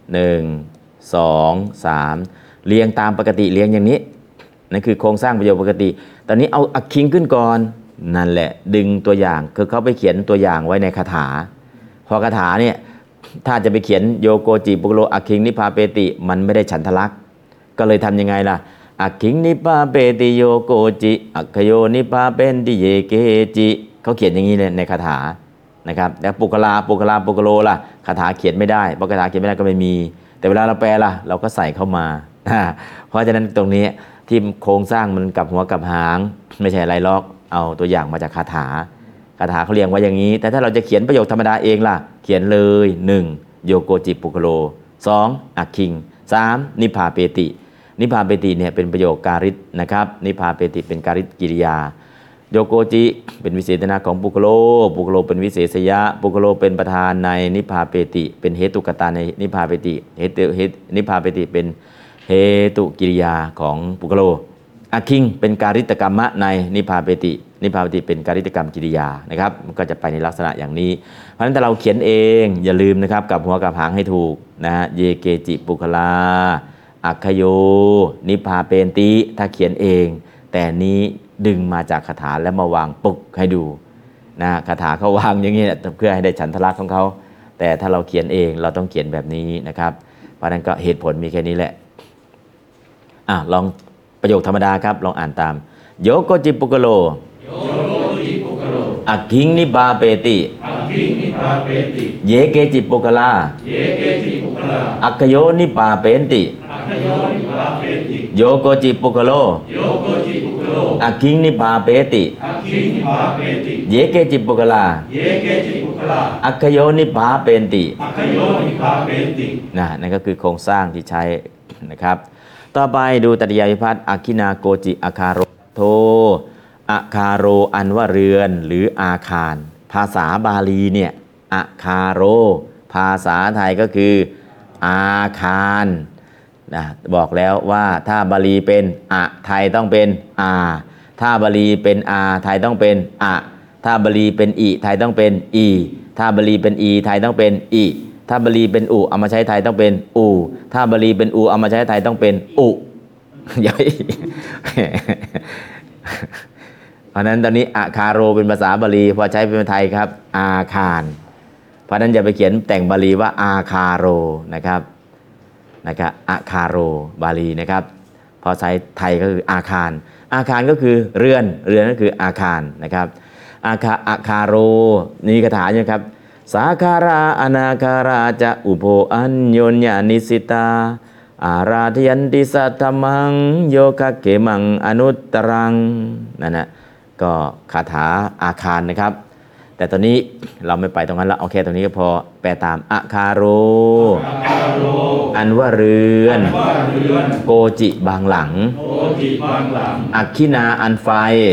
1 2 3เรียงตามปกติเรียงอย่างนี้นั่นคือโครงสร้างประโยคปกติตอนนี้เอาอัคคิงขึ้นก่อนนั่นแหละดึงตัวอย่างคือเขาไปเขียนตัวอย่างไว้ในคาถาพอคาถาเนี่ยถ้าจะไปเขียนโยโกจิปุคโลอัคคิงนิพพาเปติมันไม่ได้ฉันทลักษณ์ก็เลยทำยังไงล่ะอักขิงนิพพาเปติโยโกจิอัคคโยนิพพาเป็นติเยเกจิเขาเขียนอย่างนี้เลยในคาถานะครับแล้วปุกลาปุกโลล่ะคาถาเขียนไม่ได้เพราะคาถาเขียนไม่ได้ก็ไม่มีแต่เวลาเราแปลล่ะเราก็ใส่เข้ามาเพราะฉะนั้นตรงนี้ที่โครงสร้างมันกลับหัวกลับหางไม่ใช่อะไรหรอกเอาตัวอย่างมาจากคาถาเขาเรียงไว้อย่างนี้แต่ถ้าเราจะเขียนประโยคธรรมดาเองล่ะเขียนเลย 1. โยโกจิปุกโล 2. อักขิง 3. นิพพาเปตินิพพาเปติเนี่ยเป็นประโยคการิตนะครับนิพพาเปติเป็นการิตกิริยาโยโกจิเป็นวิเศษณะของปุกโลเป็นวิเศษยะปุกโลเป็นประธานในนิพพาเปติเป็นเหตุกตาในนิพพาเปตินิพพาเปติเป็นเหตุกิริยาของปุกโลอักขิงเป็นการิตกรรมะในนิพพาเปตินิพพาเปติเป็นการิตกรรมกิริยานะครับมันก็จะไปในลักษณะอย่างนี้เพราะฉะนั้นถ้าเราเขียนเองอย่าลืมนะครับกับหัวกับหางให้ถูกนะฮะเยเกจิปุคลาอัคคโยนิพพาเปติถ้าเขียนเองแต่นี้ดึงมาจากคาถาแล้วมาวางปุกให้ดูนะคาถาเขาวางอย่างนี้เพื่อให้ได้ฉันทลักษณ์ของเขาแต่ถ้าเราเขียนเองเราต้องเขียนแบบนี้นะครับเพราะนั้นก็เหตุผลมีแค่นี้แหละลองประโยคธรรมดาครับลองอ่านตามโยโกจิปุกโลอักขิงนิพพาเปติเยเกจิปุกลาอัคคโยนิพพาเปติโยโกจิปุกโลอักขิงนิพพาเปติเยเกจิปุกลาอัคคโยนิพพาเปตินั่นก็คือโครงสร้างที่ใช้นะครับต่อไปดูตติยวิภัตอักขินาโกจิอาคาโรโทอาคาโรอันว่าเรือนหรืออาคารภาษาบาลีเนี่ยอาคาโรภาษาไทยก็คืออาคารบอกแล้วว่าถ้าบาลีเป็นอะไทยต้องเป็นอาถ้าบาลีเป็นอาไทยต้องเป็นอะถ้าบาลีเป็นอิไทยต้องเป็นอีถ้าบาลีเป็นอีไทยต้องเป็นอิถ้าบาลีเป็นอุเอามาใช้ไทยต้องเป็นอูถ้าบาลีเป็นอูเอามาใช้ไทยต้องเป็นอุใหญ่เพราะนั้นตอนนี้อาคาโรเป็นภาษาบาลีพอใช้เป็นไทยครับอาคารเพราะนั้นอย่าไปเขียนแต่งบาลีว่าอาคาโรนะครับอาคาโรบาลีนะครับพอใช้ไทยก็คืออาคารก็คือเรือนก็คืออาคารนะครับอาคาโรนี่คาถาใช่ไหมครับสาคาราอนาคาราจะอุโภอัญโยญญานิสิตาอาราธยันติสัทธมังโยคะเกมังอนุตตรังนั่นนะก็คาถาอาคารนะครับแต่ตอนนี้เราไม่ไปตรงนั้นละโอเคตรงนี้ก็พอแปลตามอาคาโรอันว่าเรือนโกจิบางหลังอักขินาอันไฟ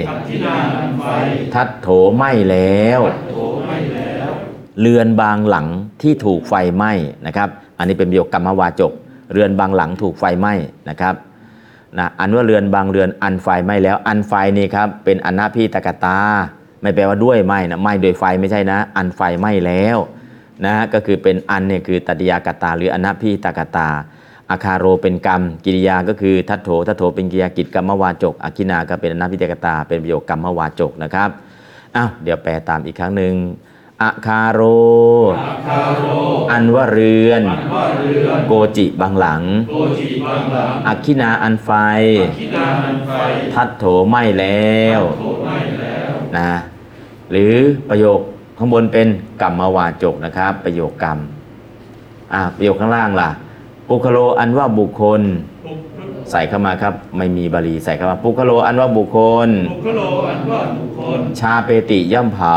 ทัดโถไหม้แล้วเรือนบางหลังที่ถูกไฟไหม้นะครับอันนี้เป็นประโยคกรรมวาจกเรือนบางหลังถูกไฟไหม้นะครับอันว่าเรือนบางเรือนอันไฟไหม้แล้วอันไฟนี่ครับเป็นอนาพิตกตาไม่แปลว่าด้วยไหม้นะไหม้โดยไฟไม่ใช่นะอันไฟไหม้แล้วนะก็คือเป็นอันเนี่ยคือตัตติยากตาหรืออนาพิตกตาอาคาโรเป็นกรรมกิริยาก็คือทัตโถเป็นกิริยากิจกรรมวาจกอักขินาก็เป็นอนาพิตกตาเป็นประโยคกรรมวาจกนะครับเดี๋ยวแปลตามอีกครั้งหนึ่งอาคาโรอันว่าเรือนโกจิบางหลังอักขินาอันไฟทัตโถไหม้แล้วนะหรือประโยคข้างบนเป็นกรรมวาจกนะครับประโยคกรรมประโยคข้างล่างล่ะปุคโลอันว่าบุคคลใส่เข้ามาครับไม่มีบาลีใส่เข้ามาปุคโลอันว่าบุคคลชาเปติย่อมเผา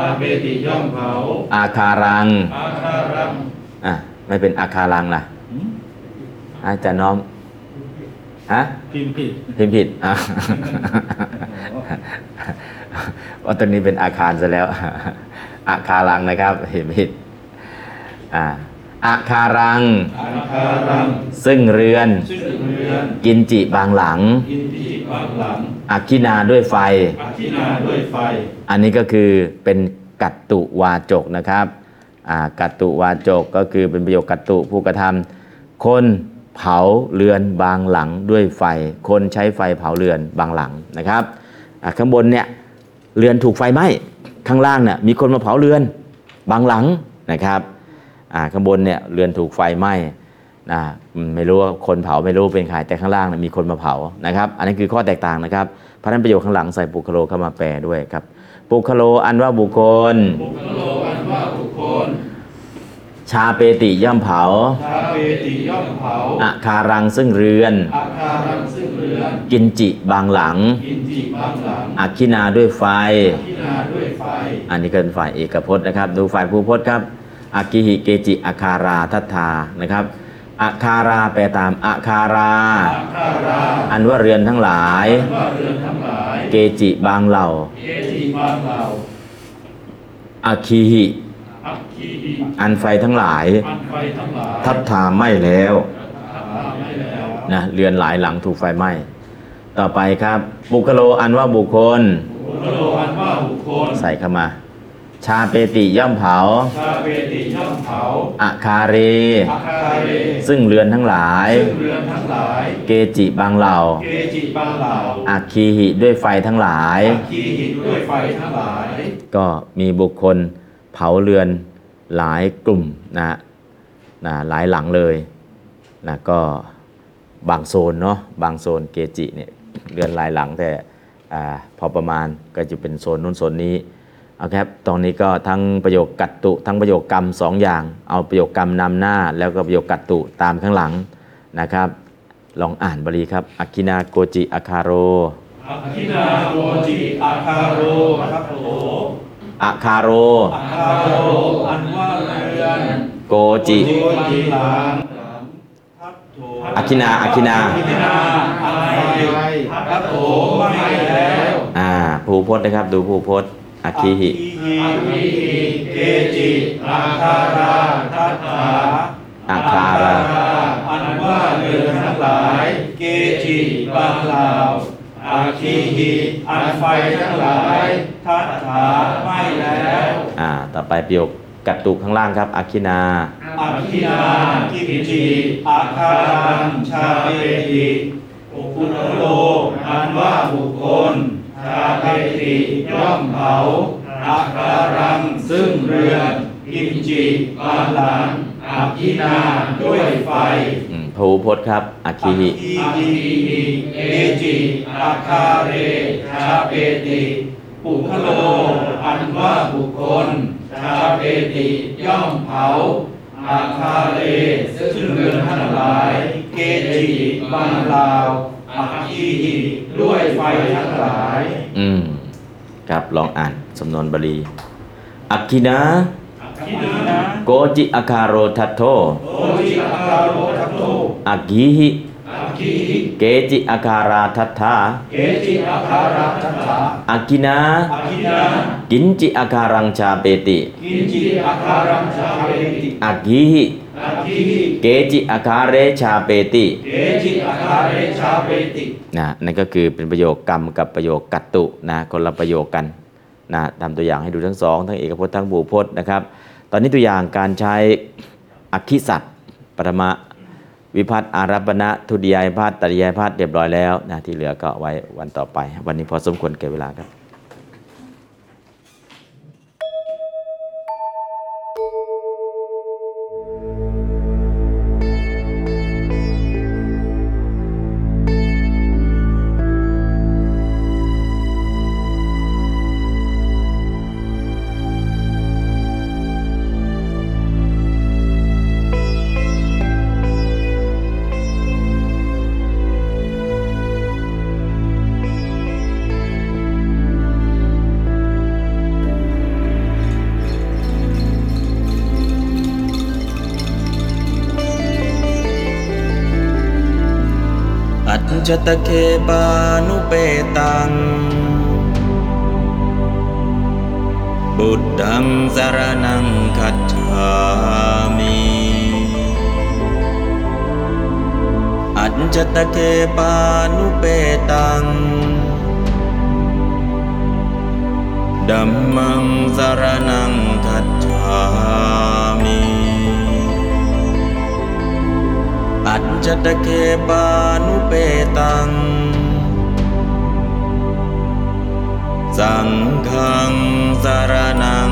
อาคารังไม่เป็นอาคารังล่ะอาจารย์น้อมพิมพ์ผิดว่าตัวนี้เป็นอาคารซะแล้วอาคารังนะครับเห็นผิดอาคารังซึ่งเรือนกินจิบางหลังอักขินาด้วยไฟอันนี้ก็คือเป็นกัตตุวาจกนะครับกัตตุวาจกก็คือเป็นประโยคกัตตุผู้กระทำคนเผาเรือนบางหลังด้วยไฟคนใช้ไฟเผาเรือนบางหลังนะครับข้างบนเนี่ยเรือนถูกไฟไหม้ข้างล่างเนี่ยมีคนมาเผาเรือนบางหลังนะครับข้างบนเนี่ยเรือนถูกไฟไหม้นะไม่รู้ว่าคนเผาไม่รู้เป็นใครแต่ข้างล่างนะมีคนมาเผานะครับอันนี้คือข้อแตกต่างนะครับเพราะฉะนั้นประโยคข้างหลังใส่ปุคโลเข้ามาแปลด้วยครับปุคโลอันว่าบุคคลปุคโลอันว่าบุคคลชาเปติย่อมเผาชาเปติย่อมเผาอาคารังซึ่งเรือนอาคารังซึ่งเรือนกินจิบางหลังกินจิบางหลังอักขินาด้วยไฟพินาด้วยไฟอันนี้ก็เป็นฝ่ายเอกพจน์นะครับดูฝ่ายภูพจน์ครับอากิหิเกจิอาคาราทัตถานะครับอาคาราแปลตามอาคาราอาคาราอันว่าเรือนทั้งหลายว่าเรือนทั้งหลายเกจิบางเหล่าเกจิบางเหล่าอาคีหิอัคคีหิอันไฟทั้งหลายอันไฟทั้งหลายทัตถาไหม้แล้วไม่แล้วนะเรือนหลายหลังถูกไฟไหม้ต่อไปครับบุคโลอันว่าบุคคลบุคโลอันว่าบุคคลใส่เข้ามา ชาเปติย่อมเผาชาเปติย่อมเผาอาคาเรอาคาเรซึ่งเรือนทั้งหลายซึ่งเรือนทั้งหลายเกจิบางเหล่าเกจิบางเหล่าอาคีหิด้วยไฟทั้งหลายอัคคีหิด้วยไฟทั้งหลายก็มีบุคคลเผาเรือนหลายกลุ่มนะหลายหลังเลยนะก็บางโซนเนาะบางโซนเกจิเนี่ยเรือนหลายหลังแต่พอประมาณก็จะเป็นโซนนู้นโซนนี้เอาครับตรงนี้ก็ทั้งประโยคกัตตุทั้งประโยคกรรมสองอย่างเอาประโยคกรรมนำหน้าแล้วก็ประโยคกัตตุตามข้างหลังนะครับลองอ่านบาลีครับอักขินาโกจิอาคาโรอัคคินาโกจิอาคาโรครับโถอาคาโรอาคาโรอันว่าเรือนโกจิโกจิหลังพัดโถอัคคินาอัคคินาอัคคินาอันไฟพัดโถไม่แล้วภูพจน์นะครับดูภูพจน์อาคีหิอัคคีหิเกจิอาคาราทัตถาอาคาราอันว่าเรือนทั้งหลายเกจิบางเหล่าอาคีหิอันไฟทั้งหลายทัตถาไม่แล้วต่อไปประโยคกัตตุข้างล่างครับอาคินาอัคคีนากิมจิอาคารังชาเปติปุคุโลอันว่าบุคคลชาเปติย่อมเผาอาคารังซึ่งเรือนกิมจิบางหลังอัคคีนาด้วยไฟภูพจน์ครับอาคีหิอาคีหิเอจิอาคาเรชาเปติปุคโลอันว่าบุคคลชาเปติย่อมเผาอาคาเรซึ่งเรือนทั้งหลายเกจิบางลาวอาคีหิด้วยไฟทั้งหลายครับลองอ่านสำนวนบาลีอักขินาคิดดูนะโกจิอาคาโรทัตโทโอจิอาคาโรทัตโตอากีหิอาคีหิเกจิอาคาราทัตถาเกจิอาคาราทัตถาอากินาอาคินากินจิอาคารังชาเปติกินจิอาคารังชาเปติอากีหิอาคีหิเกจิอาคาเรชาเปติเกจิอาคาเรชาเปตินั่นก็คือเป็นประโยคกรรมกับประโยคกัตตุนะคนละประโยคกันทำตัวอย่างให้ดูทั้งสองทั้งเอกพจน์ทั้งภูพจน์นะครับตอนนี้ตัวอย่างการใช้อักขิสัตว์ปฐมวิภัตอารัปปณะทุติยายภัตตติยายภัตเรียบร้อยแล้วที่เหลือก็ไว้วันต่อไป วันนี้พอสมควรแก่เวลาครับอัจจตเคปานุเปตังบุตตังสรณังคัจฉามิอัจจตเคปานุเปตังธัมมังสรณังคัจฉามิอัจจตเคปานุเปตังสังฆังสรณัง